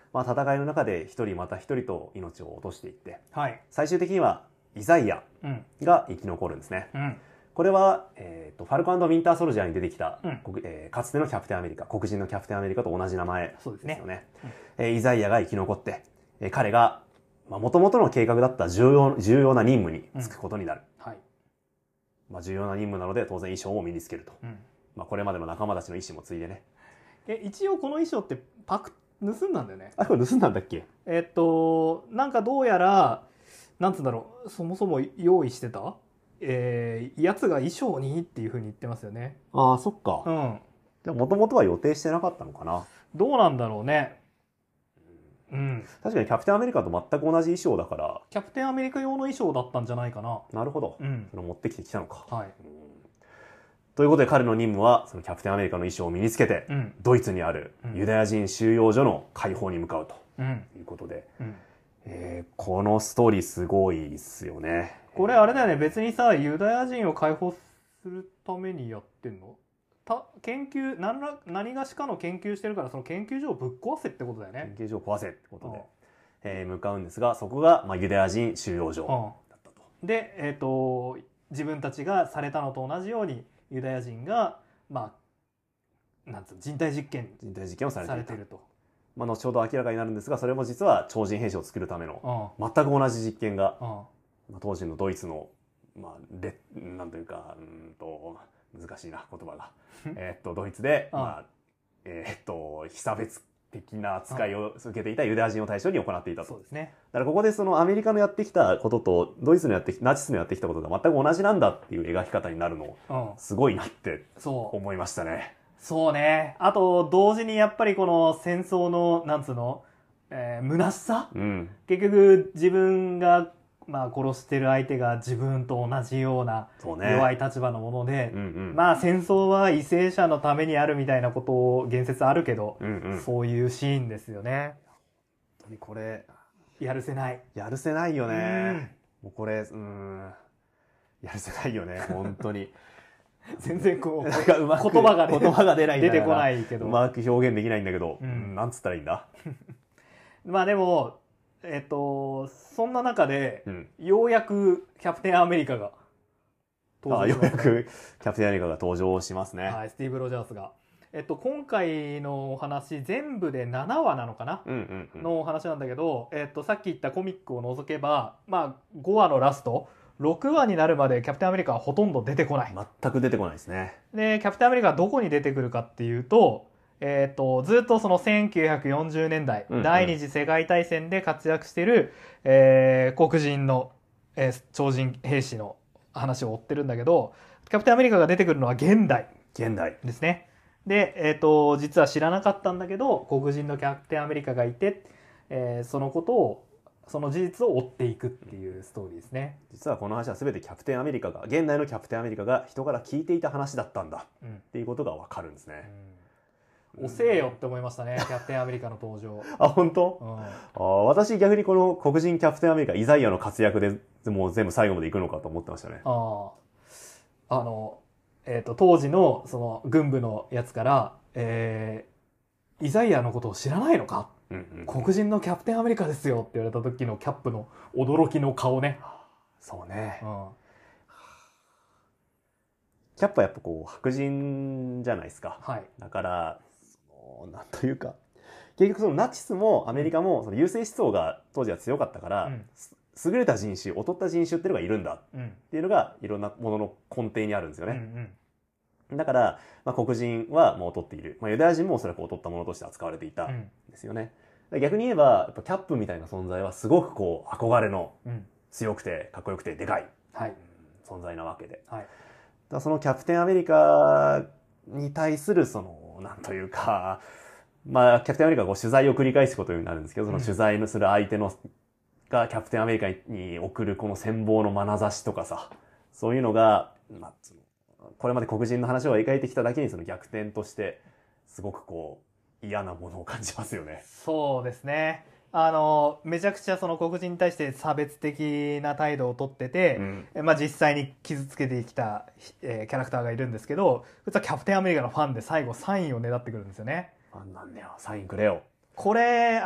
まあ、戦いの中で一人また一人と命を落としていって、 はい、 最終的にはイザイアが生き残るんですね。これは、ファルコ&ウィンターソルジャーに出てきた、かつてのキャプテンアメリカ、黒人のキャプテンアメリカと同じ名前ですよね。イザイアが生き残って、彼がもともとの計画だった重要な任務に就くことになる。重要な任務なので当然衣装を身につけると。これまでの仲間たちの意思も継いでね。 一応この衣装って盗んだんだよね。 これ盗んだんだっけ？ なんかどうやら、なんつうんだろう、そもそも用意してたやつが衣装にっていうふうに言ってますよね。 ああ、そっか。でももともとは予定してなかったのかな。 どうなんだろうね。 確かにキャプテンアメリカと全く同じ衣装だから。 キャプテンアメリカ用の衣装だったんじゃないかな。 なるほど。それを持ってきてきたのか。ということで彼の任務はそのキャプテンアメリカの衣装を身につけて、ドイツにあるユダヤ人収容所の解放に向かうということで、このストーリーすごいですよね。 これあれだよね、別にさ、ユダヤ人を解放するためにやってんの？研究何がしかの研究してるから、その研究所をぶっ壊せってことだよね。 研究所を壊せってことで、向かうんですが、そこが、ユダヤ人収容所だったと。 で、自分たちがされたのと同じようにユダヤ人がなんつうの、人体実験をされていると。 後ほど明らかになるんですが、それも実は超人兵士を作るための全く同じ実験が、当時のドイツのなんというか難しいな言葉がドイツで被差別的な扱いを受けていたユダヤ人を対象に行っていたと。 そうですね。 だからここでそのアメリカのやってきたこととドイツのナチスのやってきたことが全く同じなんだっていう描き方になるのすごいなって思いましたね。 そうね。あと同時にやっぱりこの戦争のなんつうの、虚しさ、結局自分が殺してる相手が自分と同じような弱い立場のもので、戦争は為政者のためにあるみたいなことを言説あるけど、そういうシーンですよね。 本当にこれやるせないよね。もうこれやるせないよね本当に。 全然こう言葉が出てこないけど、 うまく表現できないんだけど、なんつったらいいんだ。 でもそんな中で、ようやくキャプテンアメリカが登場します。ようやくキャプテンアメリカが登場しますね。 はい、スティーブ・ロジャースが。今回のお話全部で7話なのかな、のお話なんだけど、さっき言ったコミックを除けば、5話のラスト、6話になるまでキャプテンアメリカはほとんど出てこない。 全く出てこないですね。 で、キャプテンアメリカはどこに出てくるかっていうと、ずっとその1940年代、第二次世界大戦で活躍している、黒人の、超人兵士の話を追ってるんだけど、キャプテンアメリカが出てくるのは現代ですね。で、実は知らなかったんだけど、黒人のキャプテンアメリカがいて、その事実を追っていくっていうストーリーですね。 実はこの話は全て現代のキャプテンアメリカが人から聞いていた話だったんだっていうことがわかるんですね。 遅えよって思いましたね、キャプテンアメリカの登場。 本当？私逆にこの黒人キャプテンアメリカイザイアの活躍でもう全部最後までいくのかと思ってましたね。 当時のその軍部のやつから、イザイアのことを知らないのか、黒人のキャプテンアメリカですよって言われた時のキャップの驚きの顔ね。 そうね。キャップはやっぱ白人じゃないですか。だからなんというか結局そのナチスもアメリカもその優勢思想が当時は強かったから、優れた人種劣った人種っていうのがいるんだっていうのがいろんなものの根底にあるんですよね。だから、黒人はもう劣っている、ユダヤ人もおそらく劣ったものとして扱われていたんですよね。逆に言えばやっぱキャップみたいな存在はすごく憧れの強くてかっこよくてでかい、存在なわけで、そのキャプテンアメリカに対するなんというか、キャプテンアメリカが取材を繰り返すことになるんですけど、その取材のする相手がキャプテンアメリカに送るこの羨望の眼差しとかさ、そういうのが、これまで黒人の話を描いてきただけにその逆転としてすごく嫌なものを感じますよね。 そうですね。めちゃくちゃその黒人に対して差別的な態度をとってて、実際に傷つけてきた、キャラクターがいるんですけど、実はキャプテンアメリカのファンで最後サインをねだってくるんですよね。 なんだよ、サインくれよ。 これ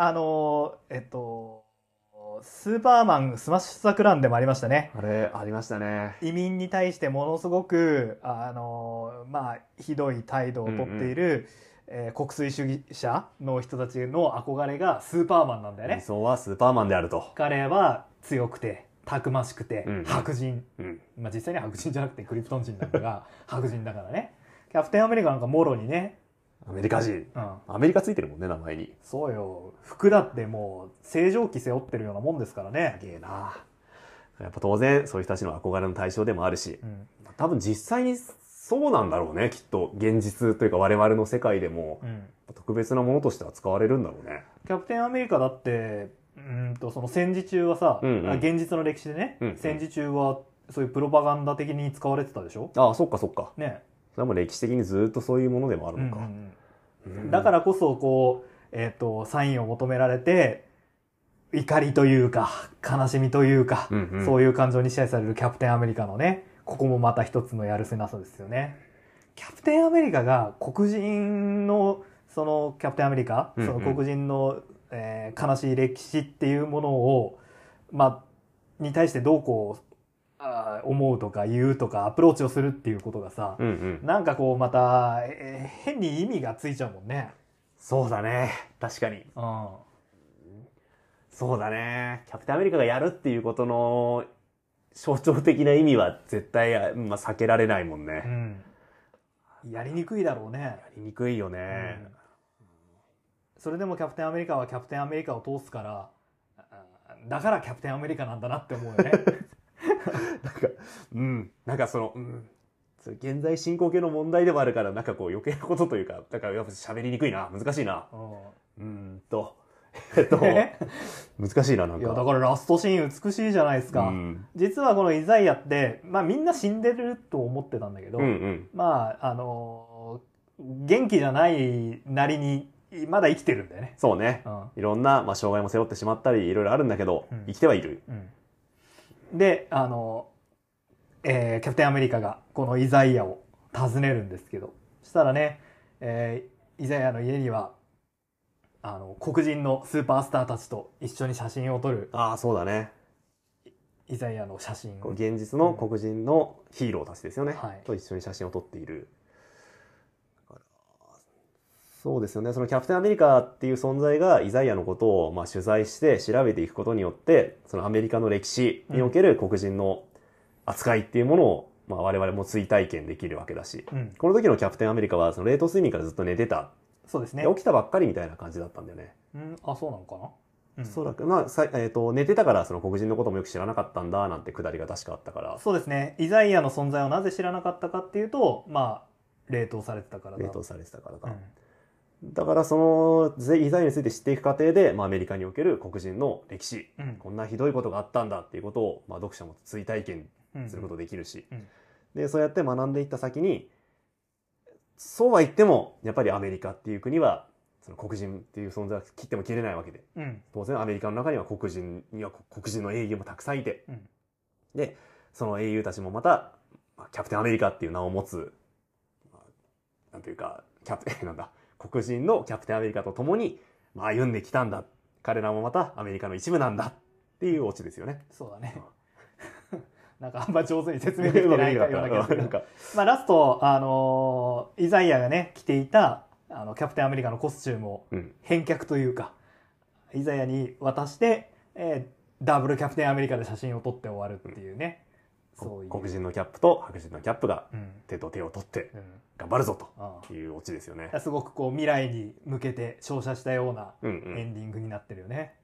スーパーマンスマッシュザクランでもありましたね。 あれありましたね。 移民に対してものすごくひどい態度をとっている、国粋主義者の人たちの憧れがスーパーマンなんだよね。 理想はスーパーマンであると。 彼は強くてたくましくて、白人、実際には白人じゃなくてクリプトン人なんだが白人だからね。キャプテンアメリカなんかもろにね、 アメリカ人、アメリカついてるもんね、名前に。 そうよ。服だってもう星条旗背負ってるようなもんですからね。 すげえな。やっぱ当然そういう人たちの憧れの対象でもあるし、多分実際にそうなんだろうね、きっと。現実というか我々の世界でも、特別なものとして扱われるんだろうね。 キャプテンアメリカだってその戦時中はさ、現実の歴史でね、戦時中はそういうプロパガンダ的に使われてたでしょ。 ああ、そっかそっか。 ね。 それはもう歴史的にずっとそういうものでもあるのか。 だからこそこう、サインを求められて怒りというか悲しみというか、そういう感情に支配されるキャプテンアメリカのね、ここもまた一つのやるせなさですよね。キャプテンアメリカが黒人のそのキャプテンアメリカ、その黒人の、悲しい歴史っていうものをに対してどうこう思うとか言うとかアプローチをするっていうことがさ、なんかこうまた、変に意味がついちゃうもんね。 そうだね、確かに。そうだね、キャプテンアメリカがやるっていうことの象徴的な意味は絶対、避けられないもんね。 やりにくいだろうね。やりにくいよね。 それでもキャプテンアメリカはキャプテンアメリカを通すから、だからキャプテンアメリカなんだなって思うよね。 なんかその、現在進行形の問題でもあるから、なんかこう余計なことというか、だからやっぱ喋りにくいな、難しいな。難しいな、なんか。 いや、だからラストシーン美しいじゃないですか。実はこのイザイアって、みんな死んでると思ってたんだけど、元気じゃないなりに、まだ生きてるんだよね。 そうね。いろんな、障害も背負ってしまったり、いろいろあるんだけど、生きてはいる。 で、キャプテンアメリカがこのイザイアを訪ねるんですけど、そしたらね、イザイアの家には黒人のスーパースターたちと一緒に写真を撮る。 ああ、そうだね。 イザイアの写真。 現実の黒人のヒーローたちですよね。と一緒に写真を撮っている。そうですよね。そのキャプテンアメリカっていう存在がイザイアのことを取材して調べていくことによって、そのアメリカの歴史における黒人の扱いっていうものを我々も追体験できるわけだし、この時のキャプテンアメリカはその冷凍睡眠からずっと寝てた。 そうですね。 起きたばっかりみたいな感じだったんだよね。 そうなのかな。 そうだ、寝てたからその黒人のこともよく知らなかったんだなんてくだりが確かあったから。 そうですね。イザイアの存在をなぜ知らなかったかっていうと、冷凍されてたからだ。 冷凍されてたからだ。だからそのイザイアについて知っていく過程で、アメリカにおける黒人の歴史、こんなひどいことがあったんだっていうことを、読者も追体験することできるし、でそうやって学んでいった先に、そうは言ってもやっぱりアメリカっていう国はその黒人っていう存在は切っても切れないわけで、当然アメリカの中には黒人の英雄もたくさんいて、でその英雄たちもまたキャプテンアメリカっていう名を持つ、なんていうか黒人のキャプテンアメリカと共に歩んできたんだ。彼らもまたアメリカの一部なんだっていうオチですよね。 そうだね。なんかあんま上手に説明できてないような気がする。ラスト、イザイアがね、着ていたキャプテンアメリカのコスチュームを返却というか、イザイアに渡して、ダブルキャプテンアメリカで写真を撮って終わるっていうね。 そういう黒人のキャップと白人のキャップが手と手を取って頑張るぞというオチですよね。 すごくこう未来に向けて照射したようなエンディングになってるよね。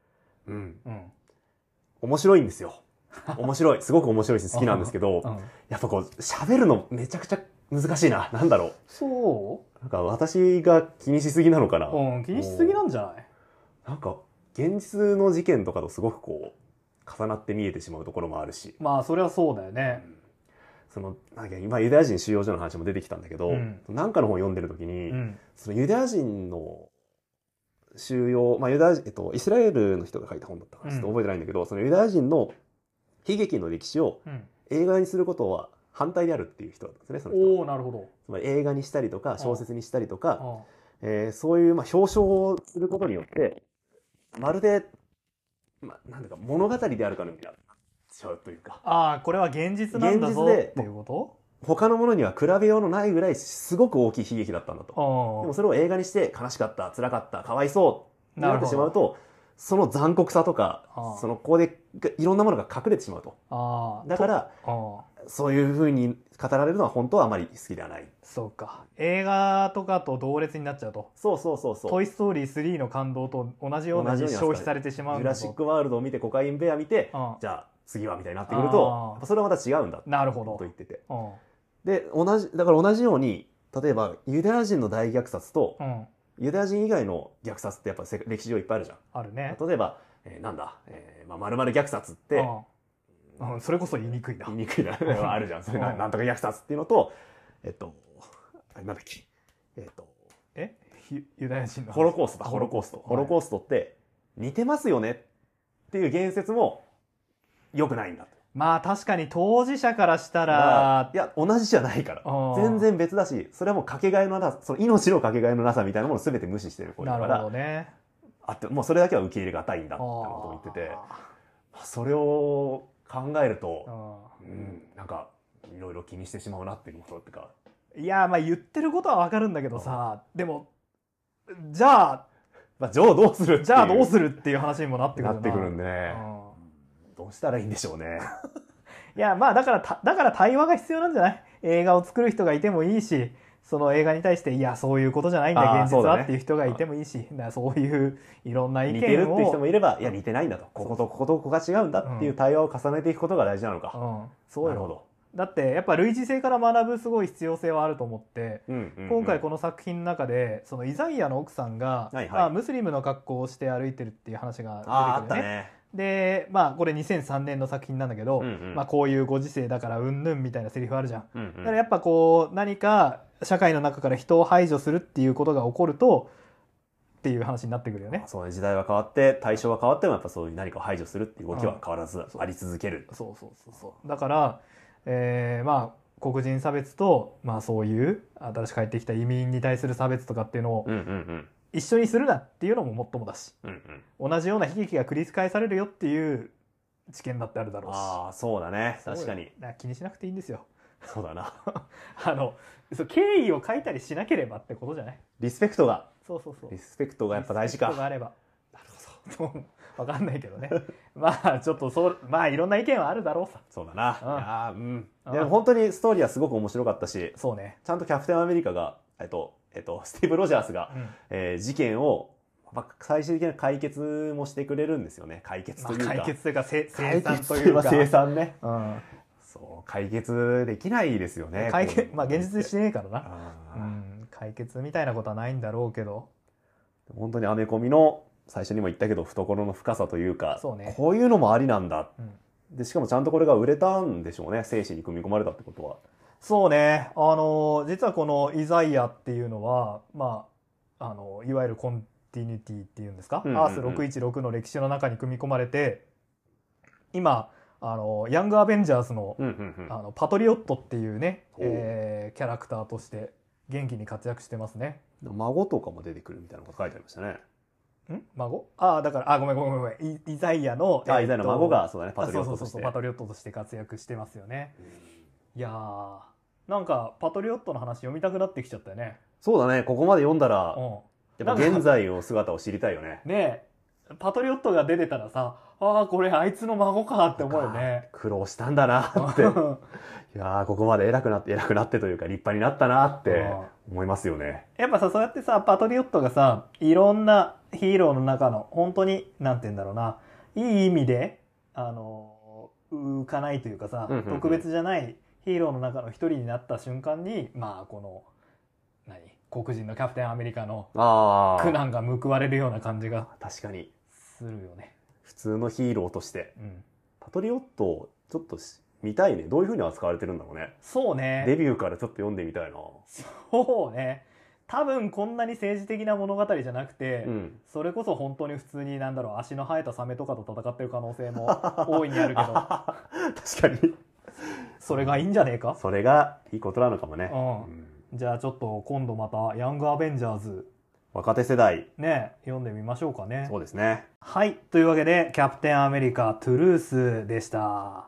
面白いんですよ。面白い、すごく面白いし好きなんですけど、やっぱこう喋るのめちゃくちゃ難しいな。なんだろう。 そう？ なんか私が気にしすぎなのかな。 気にしすぎなんじゃない？ なんか現実の事件とかとすごくこう重なって見えてしまうところもあるし。 それはそうだよね。 今ユダヤ人収容所の話も出てきたんだけど、なんかの本を読んでる時に、そのユダヤ人の収容、イスラエルの人が書いた本だったからちょっと覚えてないんだけど、そのユダヤ人の悲劇の歴史を映画にすることは反対であるっていう人だったんですね、その人は。 なるほど。 つまり映画にしたりとか小説にしたりとか、 そういう、表彰をすることによって、まるで、なんだか物語であるかのようになっちゃうというか。 ああ、これは現実なんだぞっていうこと？ 他のものには比べようのないぐらいすごく大きい悲劇だったんだと。でもそれを映画にして悲しかった、辛かった、かわいそうってなってしまうと、その残酷さとか、ここでいろんなものが隠れてしまうと。だから、そういう風に語られるのは本当はあまり好きではない。 そうか。映画とかと同列になっちゃうと。 そうそうそうそう。 トイ・ストーリー3の感動と同じようなに消費されてしまうんだと。 ジュラシック・ワールドを見て、コカイン・ベア見て、じゃあ次はみたいになってくると、それはまた違うんだなるほどと言ってて。で、だから同じように、例えばユダヤ人の大虐殺と、ユダヤ人以外の虐殺ってやっぱ歴史上いっぱいあるじゃん。 あるね。 例えば、なんだ、〇〇虐殺って、 それこそ言いにくいな。 言いにくいな。あるじゃん。それなんとか虐殺っていうのと、なんだっけ。 ユダヤ人のホロコーストだ、ホロコースト。ホロコーストって似てますよねっていう言説も良くないんだ。 まあ確かに当事者からしたら、 いや、同じじゃないから。全然別だし、それはもうかけがえのなさ、その命のかけがえのなさみたいなものを全て無視してる子だから。 なるほどね。 もうそれだけは受け入れがたいんだってことを言ってて、それを考えると、なんか、いろいろ気にしてしまうなっていうことってか。 いや、まあ言ってることはわかるんだけどさ、でも、じゃあどうするっていう話にもなってくるなってくるんでね。どうしたらいいんでしょうね。 いや、まあだから対話が必要なんじゃない？映画を作る人がいてもいいし、その映画に対して、いや、そういうことじゃないんだ、現実はっていう人がいてもいいし、そういういろんな意見を。似てるっていう人もいれば、いや、似てないんだと。こことこことここが違うんだっていう対話を重ねていくことが大事なのか。 そうよ。なるほど。だってやっぱ類似性から学ぶすごい必要性はあると思って、今回この作品の中でそのイザイアの奥さんが、ムスリムの格好をして歩いてるっていう話が出てくるね。でこれ2003年の作品なんだけど、こういうご時世だからうんぬんみたいなセリフあるじゃん。だからやっぱこう何か社会の中から人を排除するっていうことが起こるとっていう話になってくるよね。 そうね、時代は変わって対象が変わってもやっぱそういう何かを排除するっていう動きは変わらずあり続ける。 そうだから黒人差別と、そういう新しく帰ってきた移民に対する差別とかっていうのを一緒にするなっていうのももっともだし、同じような悲劇が繰り返されるよっていう知見だってあるだろうし。 ああ、そうだね。確かに。 気にしなくていいんですよ。 そうだな。 敬意を書いたりしなければってことじゃない？ リスペクトが。 そう。 リスペクトがやっぱ大事か。 リスペクトがあれば。なるほど。わかんないけどね。ちょっといろんな意見はあるだろうさ。 そうだな。いや、本当にストーリーはすごく面白かったし、 そうね。 ちゃんとキャプテンアメリカが、スティーブ・ロジャースが、事件を、最終的な解決もしてくれるんですよね。解決というか。 解決というか、生産というか。 生産ね。そう、解決できないですよね。 現実してねえからな。解決みたいなことはないんだろうけど。 本当にアメコミの、最初にも言ったけど懐の深さというか、 ね、 こういうのもありなんだ、でしかもちゃんとこれが売れたんでしょうね。生死に組み込まれたってことは。 そうね。実はこのイザイアっていうのは、いわゆるコンティニティっていうんですか、アース616の歴史の中に組み込まれて、今ヤングアベンジャーズの、パトリオットっていうね、キャラクターとして元気に活躍してますね。 孫とかも出てくるみたいなこと書いてありましたね。 孫？だからごめんイザイアのイザイアの孫がそうだね、パトリオットとして。 パトリオットとして活躍してますよね。いやー、なんかパトリオットの話読みたくなってきちゃったよね。 そうだね。ここまで読んだら、やっぱ現在の姿を知りたいよね。 ねえ、パトリオットが出てたらさ、これあいつの孫かって思うよね。 苦労したんだなっていやー、ここまで偉くなってというか立派になったなって思いますよね。 やっぱさ、そうやってさ、パトリオットがさ、いろんなヒーローの中の本当になんて言うんだろうな、いい意味で浮かないというかさ、特別じゃないヒーローの中の一人になった瞬間に、この黒人のキャプテンアメリカの苦難が報われるような感じが確かにするよね。 普通のヒーローとして、パトリオットちょっと見たいね。どういう風に扱われてるんだろうね。 そうね。 デビューからちょっと読んでみたいな。 そうね。多分こんなに政治的な物語じゃなくて、それこそ本当に普通に足の生えたサメとかと戦ってる可能性も大いにあるけど確かにそれがいいんじゃねえか。 それがいいことなのかもね。 じゃあちょっと今度またヤングアベンジャーズ若手世代。 ね、読んでみましょうかね。 そうですね。 はい。というわけで、キャプテンアメリカトゥルースでした。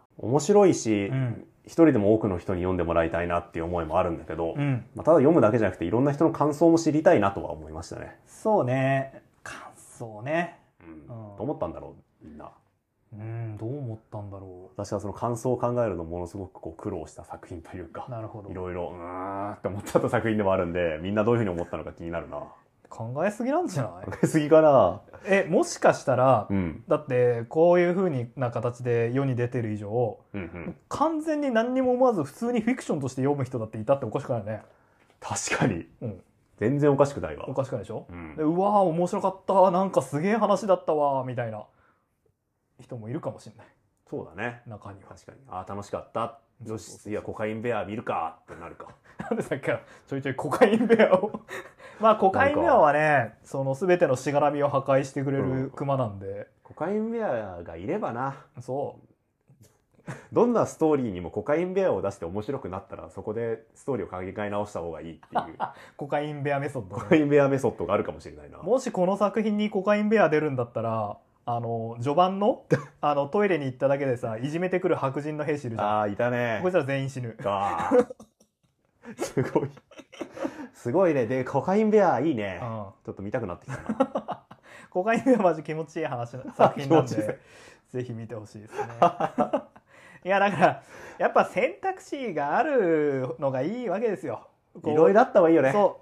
面白いし、一人でも多くの人に読んでもらいたいなっていう思いもあるんだけど、ただ読むだけじゃなくていろんな人の感想も知りたいなとは思いましたね。 そうね。感想ね。 どう思ったんだろう、みんな。 どう思ったんだろう。私はその感想を考えるのものすごくこう苦労した作品というか、 なるほど。 いろいろって思っちゃった作品でもあるんで、みんなどういうふうに思ったのか気になるな。 考えすぎなんじゃない？ 考えすぎかな。 もしかしたら、だってこういうふうな形で世に出てる以上、完全に何にも思わず普通にフィクションとして読む人だっていたっておかしくないね。 確かに。全然おかしくないわ。 おかしくないでしょ？うわー面白かった、なんかすげえ話だったわみたいな人もいるかもしれない。 そうだね。 中には。 確かに。ああ、楽しかった。よし、次はコカインベア見るかってなるか。 なんでさっきからちょいちょいコカインベアをまあコカインベアはね、その全てのしがらみを破壊してくれるクマなんで、 コカインベアがいればな。 そうどんなストーリーにもコカインベアを出して面白くなったらそこでストーリーを考え直した方がいいっていうコカインベアメソッド、 コカインベアメソッドがあるかもしれないな。 もしこの作品にコカインベア出るんだったら、序盤のトイレに行っただけでさ、いじめてくる白人の兵士いるじゃん。 ああ、いたね。 こいつら全員死ぬ。 すごい。すごいね。で、コカインベアいいね。ちょっと見たくなってきたな。 コカインベアマジ気持ちいい話の作品なんで、ぜひ見てほしいですね。いや、だから、やっぱ選択肢があるのがいいわけですよ。 いろいろあった方がいいよね。 そう、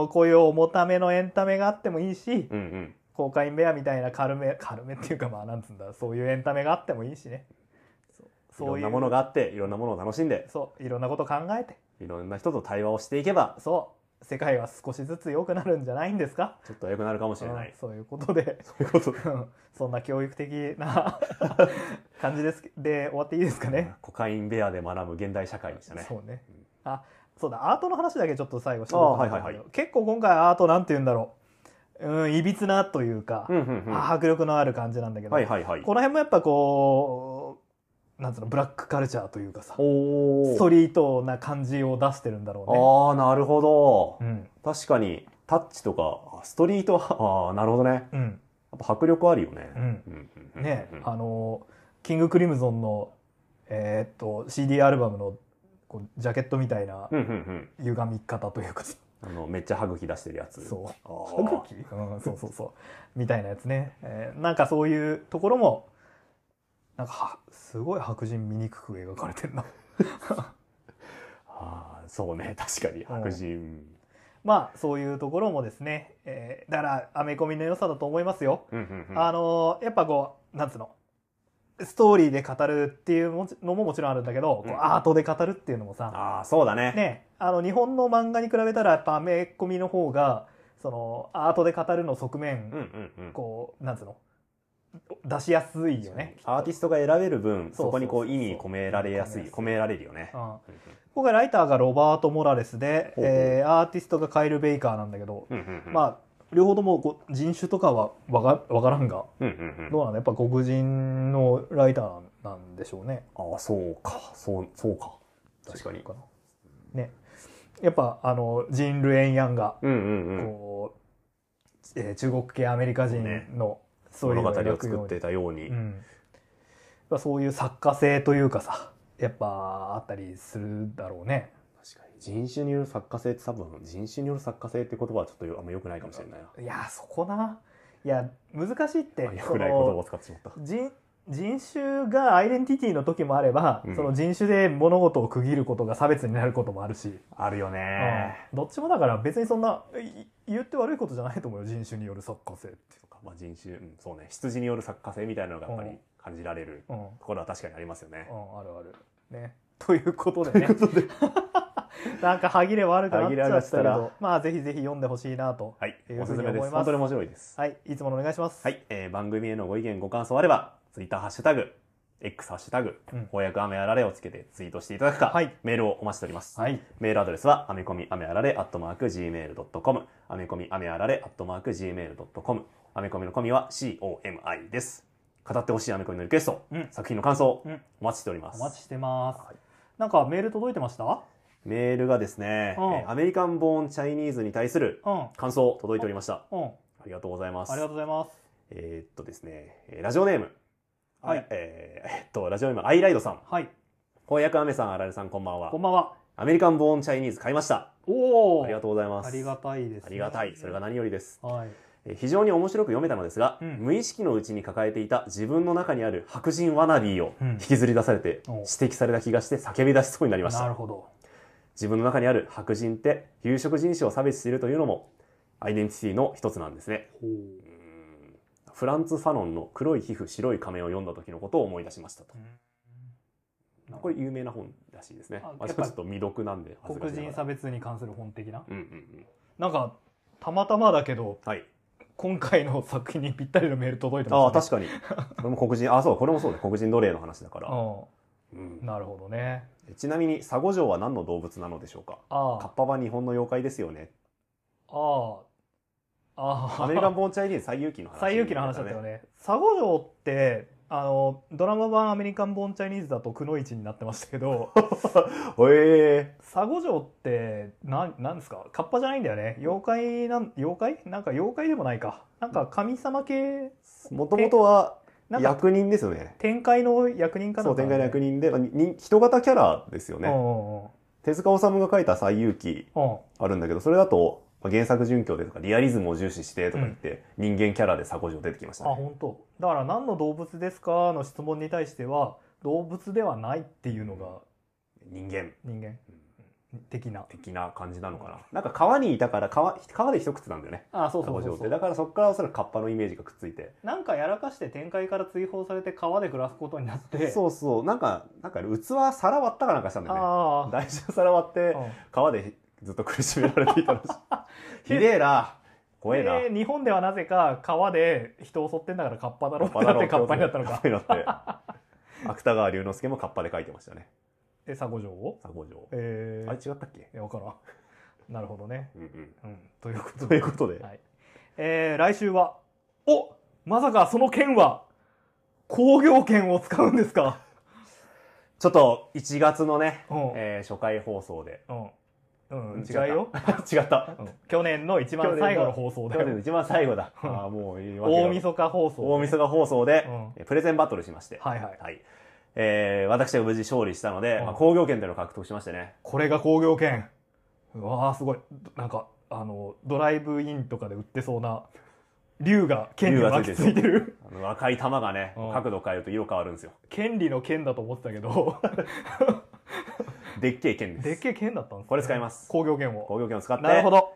こういう重ためのエンタメがあってもいいし、コカインベアみたいな軽めっていうか、まあなんつうんだ、そういうエンタメがあってもいいしね。 そういういろんなものがあって、いろんなものを楽しんで、 そう、いろんなこと考えて、 いろんな人と対話をしていけば、 そう世界は少しずつ良くなるんじゃないんですか。 ちょっと良くなるかもしれない。 そういうことで、 そういうことそんな教育的な感じで終わっていいですかね。 コカインベアで学ぶ現代社会でしたね。 そうね。そうだ、アートの話だけちょっと最後しておこうかな。結構今回アートなんて言うんだろう、いびつなというか、迫力のある感じなんだけど、この辺もやっぱこうなんつうの、ブラックカルチャーというかさ、ストリートな感じを出してるんだろうね。 ああ、なるほど。確かにタッチとかストリートは、なるほどね。やっぱ迫力あるよね。 ね、キングクリムゾンのCD アルバムのジャケットみたいな歪み方というか、 めっちゃ歯茎出してるやつ。 そう。歯茎？そうみたいなやつね。なんかそういうところもなんかすごい白人醜く描かれてるな。 そうね、確かに白人。 まあそういうところもですね、だからアメコミの良さだと思いますよ。やっぱこうなんつうの、ストーリーで語るっていうのももちろんあるんだけど、アートで語るっていうのもさ、 そうだね。 ね、日本の漫画に比べたらやっぱアメコミの方がそのアートで語るの側面、こうなんつうの、出しやすいよね。 アーティストが選べる分、そこにこう意味込められるよね。 今回ライターがロバート・モラレスで、アーティストがカイル・ベイカーなんだけど、まあ両方とも人種とかはわからんが、どうなの、やっぱ黒人のライターなんでしょうね。 そうか、そうか、確かに。 ね、やっぱジン・ルエン・ヤンがこう、中国系アメリカ人の物語を作っていたように、 そういう作家性というかさ、やっぱあったりするだろうね。 確かに人種による作家性って多分人種による作家性って言葉はちょっとあんま良くないかもしれないな。 いやそこな、いや難しいって。 良くない言葉を使ってしまった。 人種がアイデンティティの時もあれば、その人種で物事を区切ることが差別になることもあるし、 あるよね。 どっちもだから別にそんな言って悪いことじゃないと思うよ、人種による作家性って。 人種、そうね、羊による作家性みたいなのがやっぱり感じられるところは確かにありますよね。 あるあるね。ということでね。なんか歯切れ悪くなっちゃったけど、まあぜひぜひ読んでほしいなというふうに思います。おすすめです。 本当に面白いです。 はい、いつものお願いします。 はい、番組へのご意見ご感想あれば、Twitterハッシュタグ、X ハッシュタグ、翻訳アメあられをつけてツイートしていただくか、メールをお待ちしております。メールアドレスは、アメコミアメあられ@gmail.com、アメコミアメあられ@gmail.com、アメコミのコミは COMI です。語ってほしいアメコミのリクエスト、作品の感想、お待ちしております。 お待ちしてます。なんかメール届いてました？ メールがですね、アメリカンボーンチャイニーズに対する感想届いておりました。ありがとうございます。 ありがとうございます。 ですね、ラジオネーム。はい。ラジオネーム、アイライドさん。はい。翻訳アメさん、あられさん、こんばんは。 こんばんは。 アメリカンボーンチャイニーズ買いました。おお。ありがとうございます。 ありがたいですね。 ありがたい。それが何よりです。はい。非常に面白く読めたのですが、無意識のうちに抱えていた自分の中にある白人ワナビーを引きずり出されて、指摘された気がして叫び出しそうになりました。 なるほど。 自分の中にある白人って有色人種を差別しているというのもアイデンティティの一つなんですね。フランツ・ファノンの黒い皮膚白い仮面を読んだ時のことを思い出しましたと。これ有名な本らしいですね。ちょっと未読なんで黒人差別に関する本的な。なんかたまたまだけど、はい、今回の作品にぴったりのメール届いてますね。確かに。これも黒人、そうこれもそうね、黒人奴隷の話だから。 なるほどね。 ちなみにサゴジョウは何の動物なのでしょうか。カッパは日本の妖怪ですよね。アメリカンボーンチャイニーズ最有機の話、 最有機の話だったよね。サゴジョウってドラマ版アメリカンボーンチャイニーズだとくのいちになってましたけどサゴジョウってなんですか。カッパじゃないんだよね。妖怪なんか妖怪でもないか。なんか神様系。 もともとは役人ですよね。 天界の役人かな。 そう、天界の役人で人型キャラですよね。手塚治虫が書いた最有機あるんだけど、それだと原作準拠でとかリアリズムを重視してとか言って、人間キャラでサゴジョウ出てきましたね。 本当。だから何の動物ですかの質問に対しては動物ではないっていうのが人間的な感じなのかな。なんか川にいたから川で一口なんだよね。サゴジョウって。だからそこからおそらくカッパのイメージがくっついて。 なんかやらかして天界から追放されて川で暮らすことになって。 そうそう。なんか器皿割ったかなんかしたんだよね。大事な皿割って川でずっと苦しめられていたらしい。ひでえな。怖えな。 日本ではなぜか川で人を襲ってんだからカッパだろってなってカッパになったのか。 芥川龍之介もカッパで書いてましたね。 サゴジョウを？ サゴジョウ。あれ違ったっけ？ わからん。なるほどね。ということで。 来週は、まさかその剣は工業剣を使うんですか？ ちょっと1月のね、初回放送で。 違うよ。 違った。 去年の一番最後の放送で。 去年の一番最後だ。もういいわけ。 大晦日放送。 大晦日放送でプレゼンバトルしまして。はいはい。私が無事勝利したので、工業権というのを獲得しましてね。 これが工業権。うわーすごい。なんかドライブインとかで売ってそうな竜が剣に巻きついてる。 赤い玉がね、角度変えると色変わるんですよ。 権利の剣だと思ってたけど。 でっけえ剣です。 でっけえ剣だったんです。 これ使います。 工業剣を。 工業剣を使って。 なるほど。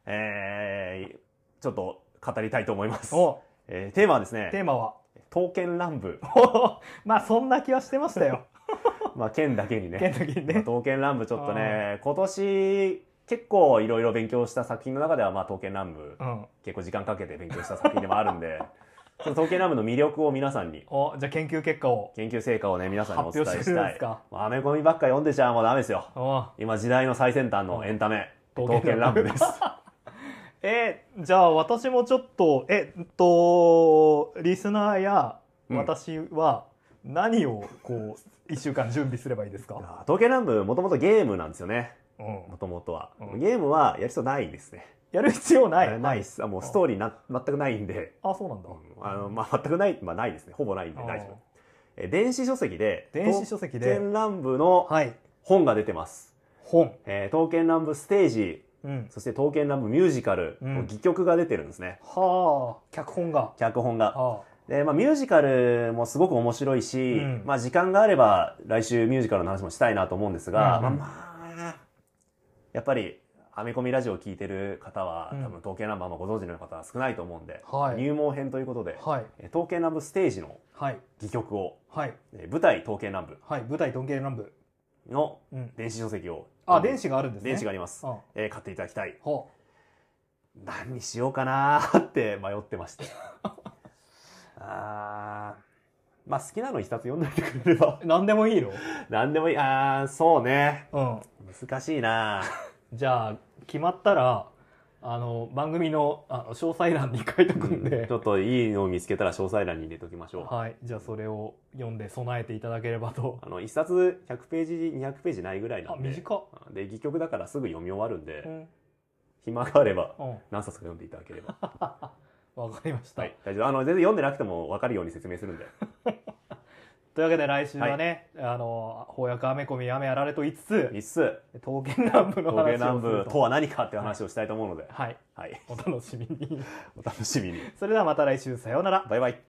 ちょっと語りたいと思います。テーマはですね。 テーマは刀剣乱舞。 まあそんな気はしてましたよ。 剣だけにね。 剣だけにね。 刀剣乱舞ちょっとね、今年結構いろいろ勉強した作品の中では刀剣乱舞、結構時間かけて勉強した作品でもあるんで。刀剣乱舞の魅力を皆さんに。 じゃあ研究成果をね、皆さんにお伝えしたい。アメコミばっか読んでちゃもうダメですよ。今時代の最先端のエンタメ、刀剣乱舞です。 じゃあ私もちょっと、リスナーや私は何をこう、1週間準備すればいいですか？ 刀剣乱舞、もともとゲームなんですよね。もともとは。ゲームはやる必要ないですね。 やる必要ない。 ないっす。もうストーリー全くないんで。 そうなんだ。 全くない、ないですね。ほぼないんで大丈夫。電子書籍で、 刀剣乱舞の本が出てます。刀剣乱舞ステージ、そして刀剣乱舞ミュージカル、戯曲が出てるんですね。 脚本が。 で、ミュージカルもすごく面白いし、時間があれば来週ミュージカルの話もしたいなと思うんですが、やっぱりアメコミラジオを聞いてる方は、多分刀剣乱舞もご存知の方は少ないと思うんで、入門編ということで、刀剣乱舞ステージの戯曲を、舞台刀剣乱舞の電子書籍を、 電子があるんですね。 電子があります。買っていただきたい。何にしようかなーって迷ってまして。好きなの一冊読んでいてくれれば。 何でもいいの？ 何でもいい。そうね。難しいな。 じゃあ決まったら番組の詳細欄に書いとくんで、 ちょっといいのを見つけたら詳細欄に入れときましょう。 はい、じゃあそれを読んで備えていただければと。 1冊100ページ200ページないぐらいなんで、 短っ。 で戯曲だからすぐ読み終わるんで、暇があれば何冊か読んでいただければ。 わかりました。 はい、大丈夫。全然読んでなくても分かるように説明するんで。 というわけで来週はね、翻訳アメコミ雨あられと言いつつ、刀剣乱舞の話をすると。 刀剣乱舞とは何かっていう話をしたいと思うので、 はい、はい、お楽しみに。 お楽しみに。 それではまた来週、さようなら。 バイバイ。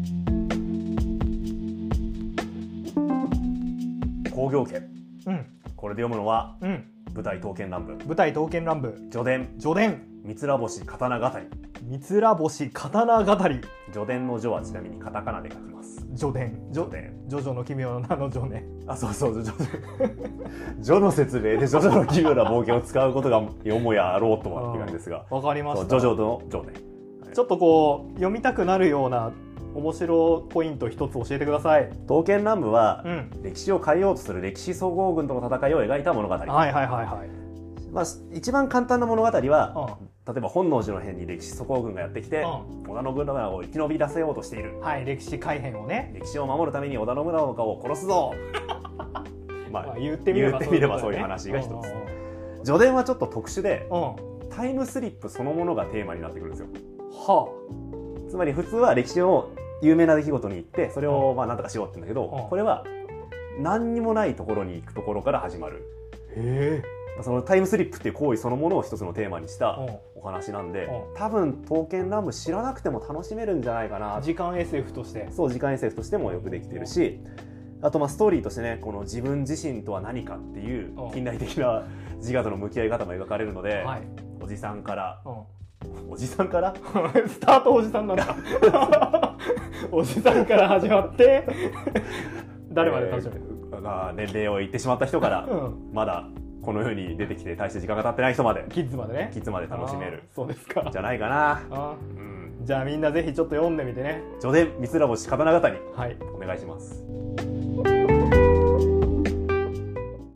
工業権。これで読むのは、舞台刀剣乱舞。 舞台刀剣乱舞。 序伝。 序伝。 三つら星刀語り。 三つら星刀語り。 序伝の序はちなみにカタカナで書きます。 序伝。ジョジョの奇妙なの序ね。 そうそう序の説明でジョジョの奇妙な冒険を使うことがよもやあろうとはって感じですが。 わかりました。 ジョジョの序ね。 ちょっとこう読みたくなるような面白ポイント一つ教えてください。 刀剣乱舞は、歴史を変えようとする歴史総合軍との戦いを描いた物語。 はいはいはいはい。 一番簡単な物語は、例えば本能寺の変に歴史総合軍がやってきて、織田信長を生き延び出せようとしている。 はい、歴史改変をね。 歴史を守るために織田信長を殺すぞ。 言ってみればそういう話が一つ。序伝はちょっと特殊で、タイムスリップそのものがテーマになってくるんですよ。つまり普通は歴史の有名な出来事に行ってそれをなんとかしようって言うんだけど、これは何にもないところに行くところから始まる。そのタイムスリップっていう行為そのものを一つのテーマにしたお話なんで、多分刀剣乱舞知らなくても楽しめるんじゃないかな。 時間 SF として。 そう、時間 SF としてもよくできてるし、あとストーリーとしてね、この自分自身とは何かっていう近代的な自我との向き合い方も描かれるので、おじさんからスタートおじさんなんだ。 おじさんから始まって誰まで楽しめる、 年齢を言ってしまった人から、まだこの世に出てきて大して時間が経ってない人まで、 キッズまでね、 キッズまで楽しめる。 そうですか。 じゃないかな。 じゃあみんなぜひちょっと読んでみてね。 序伝三つら星刀語り、お願いします。